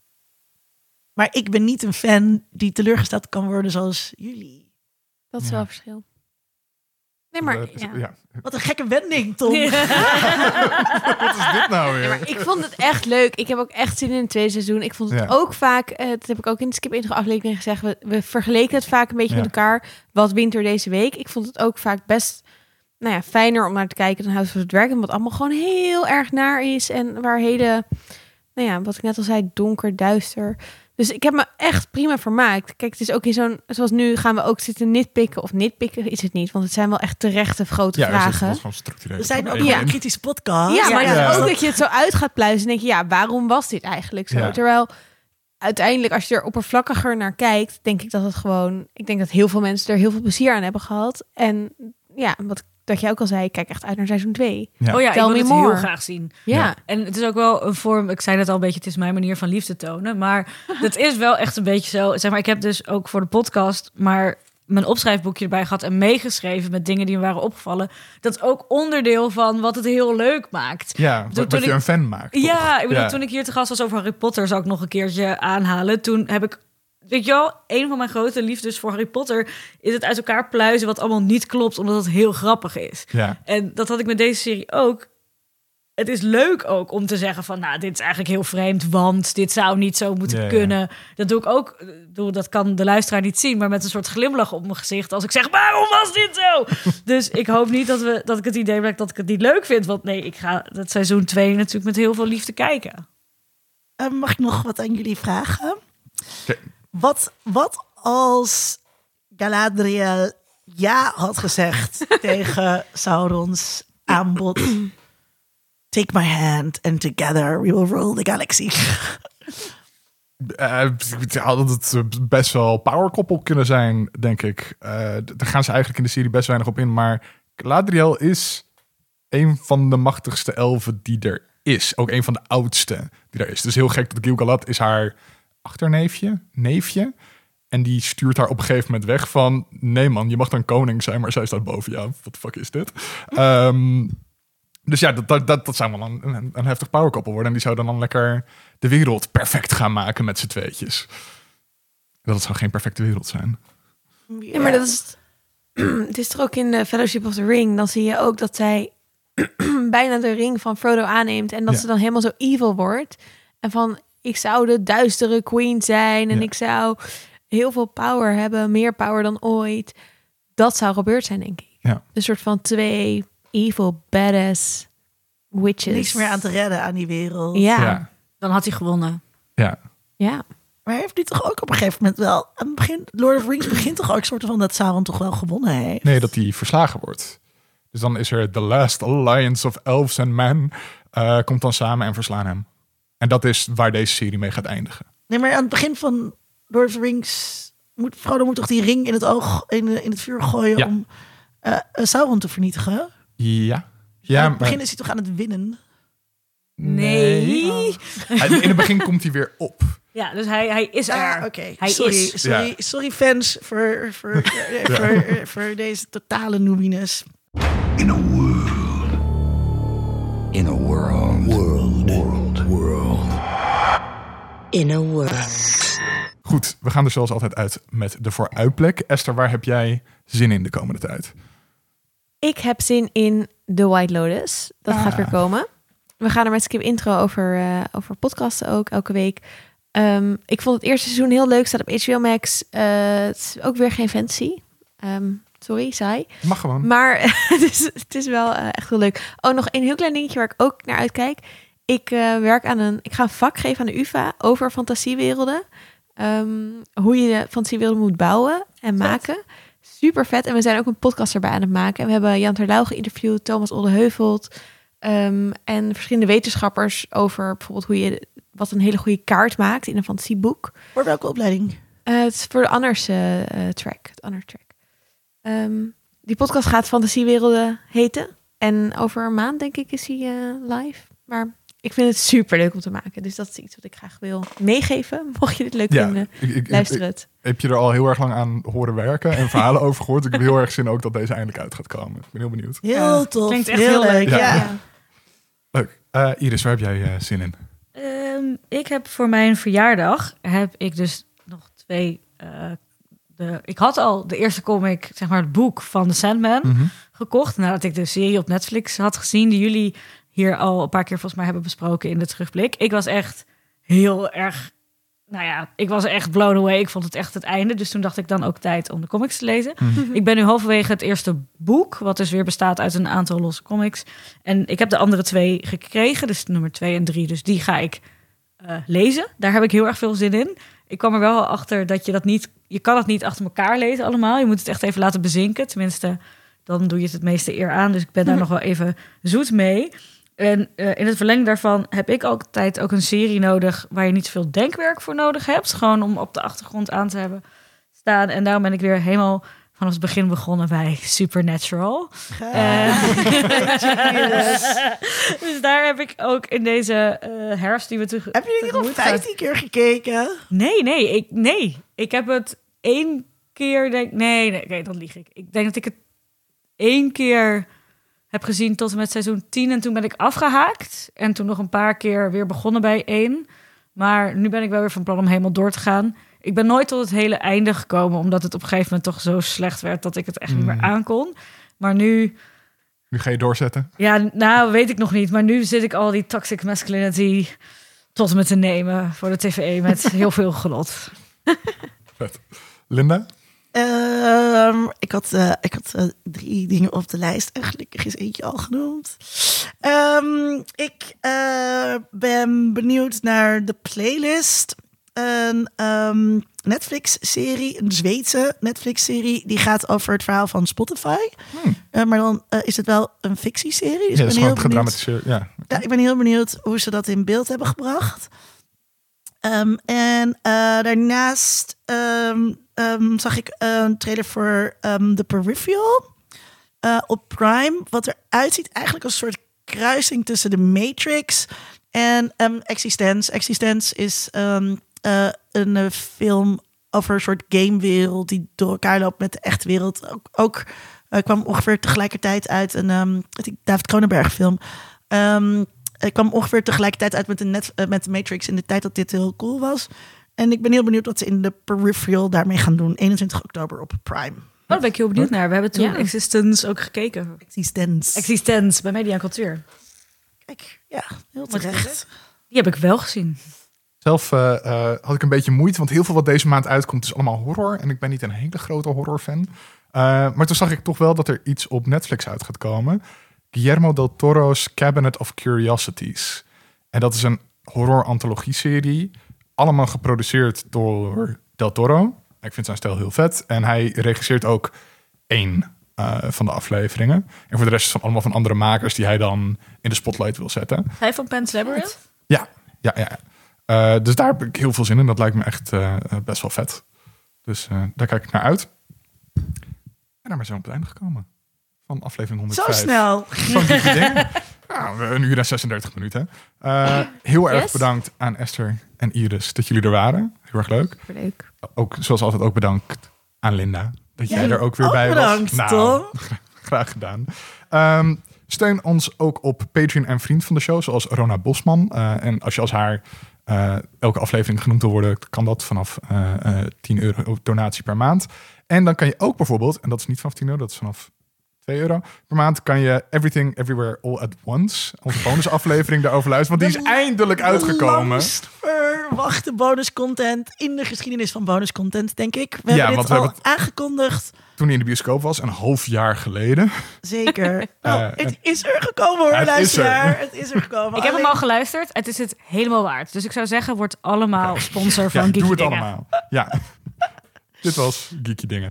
Maar ik ben niet een fan die teleurgesteld kan worden zoals jullie. Dat is wel een verschil. Nee, maar... Ja. Wat een gekke wending, Tom. Wat is dit nou weer? Ja, maar ik vond het echt leuk. Ik heb ook echt zin in het tweede seizoen. Ik vond het ook vaak... dat heb ik ook in de skip-intro aflevering gezegd. We vergeleken het vaak een beetje met elkaar. Wat wint er deze week? Ik vond het ook vaak best fijner om naar te kijken dan House of the Dragon. Wat allemaal gewoon heel erg naar is. En waar hele... wat ik net al zei, donker, duister... Dus ik heb me echt prima vermaakt. Kijk, het is ook in zo'n... Zoals nu gaan we ook zitten nitpicken. Of nitpicken is het niet. Want het zijn wel echt terechte grote vragen. We zijn ook een kritische podcast. Ja, maar het is ook dat je het zo uit gaat pluizen. En denk je, waarom was dit eigenlijk zo? Ja. Terwijl uiteindelijk, als je er oppervlakkiger naar kijkt... denk ik dat het gewoon... Ik denk dat heel veel mensen er heel veel plezier aan hebben gehad. En ja, dat jij ook al zei, kijk echt uit naar seizoen 2. Ja. Oh ja, ik wil het heel graag zien. Ja. En het is ook wel een vorm, ik zei net al een beetje, het is mijn manier van liefde tonen. Maar het is wel echt een beetje zo. Zeg maar, ik heb dus ook voor de podcast maar mijn opschrijfboekje erbij gehad en meegeschreven met dingen die me waren opgevallen. Dat is ook onderdeel van wat het heel leuk maakt. Ja, wat je een fan maakt. Toch? Ja, ik bedoel, toen ik hier te gast was over Harry Potter, zou ik nog een keertje aanhalen. Toen heb ik... Weet je wel, een van mijn grote liefdes voor Harry Potter is het uit elkaar pluizen wat allemaal niet klopt, omdat het heel grappig is. Ja. En dat had ik met deze serie ook. Het is leuk ook om te zeggen van, dit is eigenlijk heel vreemd, want dit zou niet zo moeten kunnen. Ja. Dat doe ik ook, dat kan de luisteraar niet zien, maar met een soort glimlach op mijn gezicht als ik zeg, waarom was dit zo? Dus ik hoop niet dat ik het idee heb dat ik het niet leuk vind, want nee, ik ga dat seizoen 2 natuurlijk met heel veel liefde kijken. Mag ik nog wat aan jullie vragen? Okay. Wat als Galadriel ja had gezegd tegen Saurons aanbod? Take my hand and together we will rule the galaxy. Had het best wel powerkoppel kunnen zijn, denk ik. Daar gaan ze eigenlijk in de serie best weinig op in. Maar Galadriel is een van de machtigste elfen die er is. Ook een van de oudste die er is. Dus heel gek dat Gil-galad is haar neefje. En die stuurt haar op een gegeven moment weg van... Nee man, je mag dan koning zijn, maar zij staat boven jou. Wat de fuck is dit? Dus ja, dat zou wel een heftig powerkoppel worden. En die zouden dan lekker de wereld perfect gaan maken met z'n tweetjes. Dat zou geen perfecte wereld zijn. Ja, maar dat is... Het is toch ook in de Fellowship of the Ring. Dan zie je ook dat zij bijna de ring van Frodo aanneemt. En dat ze dan helemaal zo evil wordt. En van, ik zou de duistere queen zijn. En ik zou heel veel power hebben. Meer power dan ooit. Dat zou gebeurd zijn, denk ik. Ja. Een soort van 2 evil, badass witches. Niks meer aan te redden aan die wereld. Ja. Dan had hij gewonnen. Ja. Ja. Maar hij heeft nu toch ook op een gegeven moment wel... Aan het begin, Lord of the Rings begint toch ook soort van dat Sauron toch wel gewonnen heeft? Nee, dat hij verslagen wordt. Dus dan is er The Last Alliance of Elves and Men. Komt dan samen en verslaan hem. En dat is waar deze serie mee gaat eindigen. Nee, maar aan het begin van Lord of the Rings... Frodo moet toch die ring in het oog, in het vuur gooien... om Sauron te vernietigen? Ja. Ja, aan het begin is hij toch aan het winnen? Nee. In het begin komt hij weer op. Ja, dus hij is er. Oké. Hij Sorry, is. sorry fans voor deze totale noominess. In a world. Goed, we gaan er zoals altijd uit met de vooruitblik. Esther, waar heb jij zin in de komende tijd? Ik heb zin in The White Lotus. Dat gaat weer komen. We gaan er met Skip Intro over podcasten ook, elke week. Ik vond het eerste seizoen heel leuk. Staat op HBO Max. Het is ook weer geen fantasy. Sorry, saai. Mag gewoon. Maar het is wel echt heel leuk. Oh, nog een heel klein dingetje waar ik ook naar uitkijk. Ik ga een vak geven aan de UvA over fantasiewerelden. Hoe je de fantasiewereld moet bouwen en maken. Super vet. En we zijn ook een podcast erbij aan het maken. En we hebben Jan Terlouw geïnterviewd, Thomas Oldeheuvelt. En verschillende wetenschappers over bijvoorbeeld wat een hele goede kaart maakt in een fantasieboek. Voor welke opleiding? Het is voor de Honors track. Het Honors track. Die podcast gaat Fantasiewerelden heten. En over een maand, denk ik, is hij live. Maar ik vind het super leuk om te maken. Dus dat is iets wat ik graag wil meegeven. Mocht je dit leuk vinden, luister het. Heb je er al heel erg lang aan horen werken en verhalen over gehoord? Ik heb heel erg zin ook dat deze eindelijk uit gaat komen. Ik ben heel benieuwd. Heel tof. Klinkt echt heel leuk. Ja. Leuk. Iris, waar heb jij zin in? Ik heb voor mijn verjaardag dus nog 2... ik had al de eerste comic, zeg maar het boek van The Sandman gekocht. Nadat ik de serie op Netflix had gezien, die jullie hier al een paar keer volgens mij hebben besproken in de terugblik. Ik was echt heel erg... ik was echt blown away. Ik vond het echt het einde. Dus toen dacht ik dan ook tijd om de comics te lezen. Ik ben nu halverwege het eerste boek, wat dus weer bestaat uit een aantal losse comics. En ik heb de andere 2 gekregen, dus nummer 2 en 3. Dus die ga ik lezen. Daar heb ik heel erg veel zin in. Ik kwam er wel achter dat je kan het niet achter elkaar lezen allemaal. Je moet het echt even laten bezinken. Tenminste, dan doe je het meeste eer aan. Dus ik ben daar nog wel even zoet mee. En in het verlengde daarvan heb ik altijd ook een serie nodig waar je niet zoveel denkwerk voor nodig hebt. Gewoon om op de achtergrond aan te hebben staan. En daarom ben ik weer helemaal vanaf het begin begonnen bij Supernatural. Dus daar heb ik ook in deze herfst die we terug. Heb je hier al 15 keer gekeken? Nee. Ik heb het 1 keer. Nee, dan lieg ik. Ik denk dat ik het 1 keer heb gezien tot en met seizoen 10 en toen ben ik afgehaakt. En toen nog een paar keer weer begonnen bij 1. Maar nu ben ik wel weer van plan om helemaal door te gaan. Ik ben nooit tot het hele einde gekomen, omdat het op een gegeven moment toch zo slecht werd dat ik het echt niet meer aankon. Maar nu... Nu ga je doorzetten? Ja, weet ik nog niet. Maar nu zit ik al die toxic masculinity tot en met te nemen voor de tv met heel veel genot. Vet. Linda? Ik had 3 dingen op de lijst. En gelukkig is eentje al genoemd. Ik ben benieuwd naar de playlist een Netflix-serie, een Zweedse Netflix-serie. Die gaat over het verhaal van Spotify. Maar dan is het wel een fictieserie. Dus Ja, ik dat is ben heel gewoon benieuwd. gedramatiseerd. Ja. Ja, ik ben heel benieuwd hoe ze dat in beeld hebben gebracht. Daarnaast zag ik een trailer voor The Peripheral op Prime. Wat eruit ziet eigenlijk als een soort kruising tussen de Matrix en Existence. Existence is een film over een soort gamewereld die door elkaar loopt met de echte wereld. Ook kwam ongeveer tegelijkertijd uit een David Cronenberg film. Ik kwam ongeveer tegelijkertijd uit met de Matrix in de tijd dat dit heel cool was. En ik ben heel benieuwd wat ze in de Peripheral daarmee gaan doen. 21 oktober op Prime. Oh, daar ben ik heel benieuwd naar. We hebben toen Ja. Existence ook gekeken. Existence bij Media en Cultuur. Kijk, ja, heel terecht. Die heb ik wel gezien. Zelf had ik een beetje moeite, want heel veel wat deze maand uitkomt is allemaal horror. En ik ben niet een hele grote horrorfan. Maar toen zag ik toch wel dat er iets op Netflix uit gaat komen. Guillermo del Toro's Cabinet of Curiosities. En dat is een horror-antologie-serie. Allemaal geproduceerd door Del Toro. Ik vind zijn stijl heel vet. En hij regisseert ook 1 van de afleveringen. En voor de rest is het allemaal van andere makers die hij dan in de spotlight wil zetten. Hij van Pan's Labyrinth? Ja. Dus daar heb ik heel veel zin in. Dat lijkt me echt best wel vet. Dus daar kijk ik naar uit. En daarmee zijn we op het einde gekomen. Van aflevering 105. Zo snel. Van Geeky Dingen. Nou, 1 uur en 36 minuten. Heel erg Yes. bedankt aan Esther en Iris dat jullie er waren. Heel erg leuk. Leuk. Ook zoals altijd ook bedankt aan Linda. Dat jij er ook weer ook bij bedankt, was. Tom. Graag gedaan. Steun ons ook op Patreon en vriend van de show, zoals Rona Bosman. En als je als haar elke aflevering genoemd wil worden, kan dat vanaf €10 donatie per maand. En dan kan je ook bijvoorbeeld, en dat is niet vanaf €10, dat is vanaf €2 per maand, kan je Everything Everywhere All at Once, onze bonusaflevering, daarover luisteren. Want die is eindelijk uitgekomen. Langst verwachte bonuscontent in de geschiedenis van bonuscontent, denk ik. We Ja, hebben want dit we al hebben aangekondigd. Toen hij in de bioscoop was, een half jaar geleden. Zeker. Nou, en- het is er gekomen hoor, Het is luisteraar. er. Het is er gekomen. Ik heb hem Alleen- al geluisterd. Het is het helemaal waard. Dus ik zou zeggen, word allemaal sponsor van Ja, Geeky doe het Dingen. allemaal. Ja. Dit was Geeky Dingen.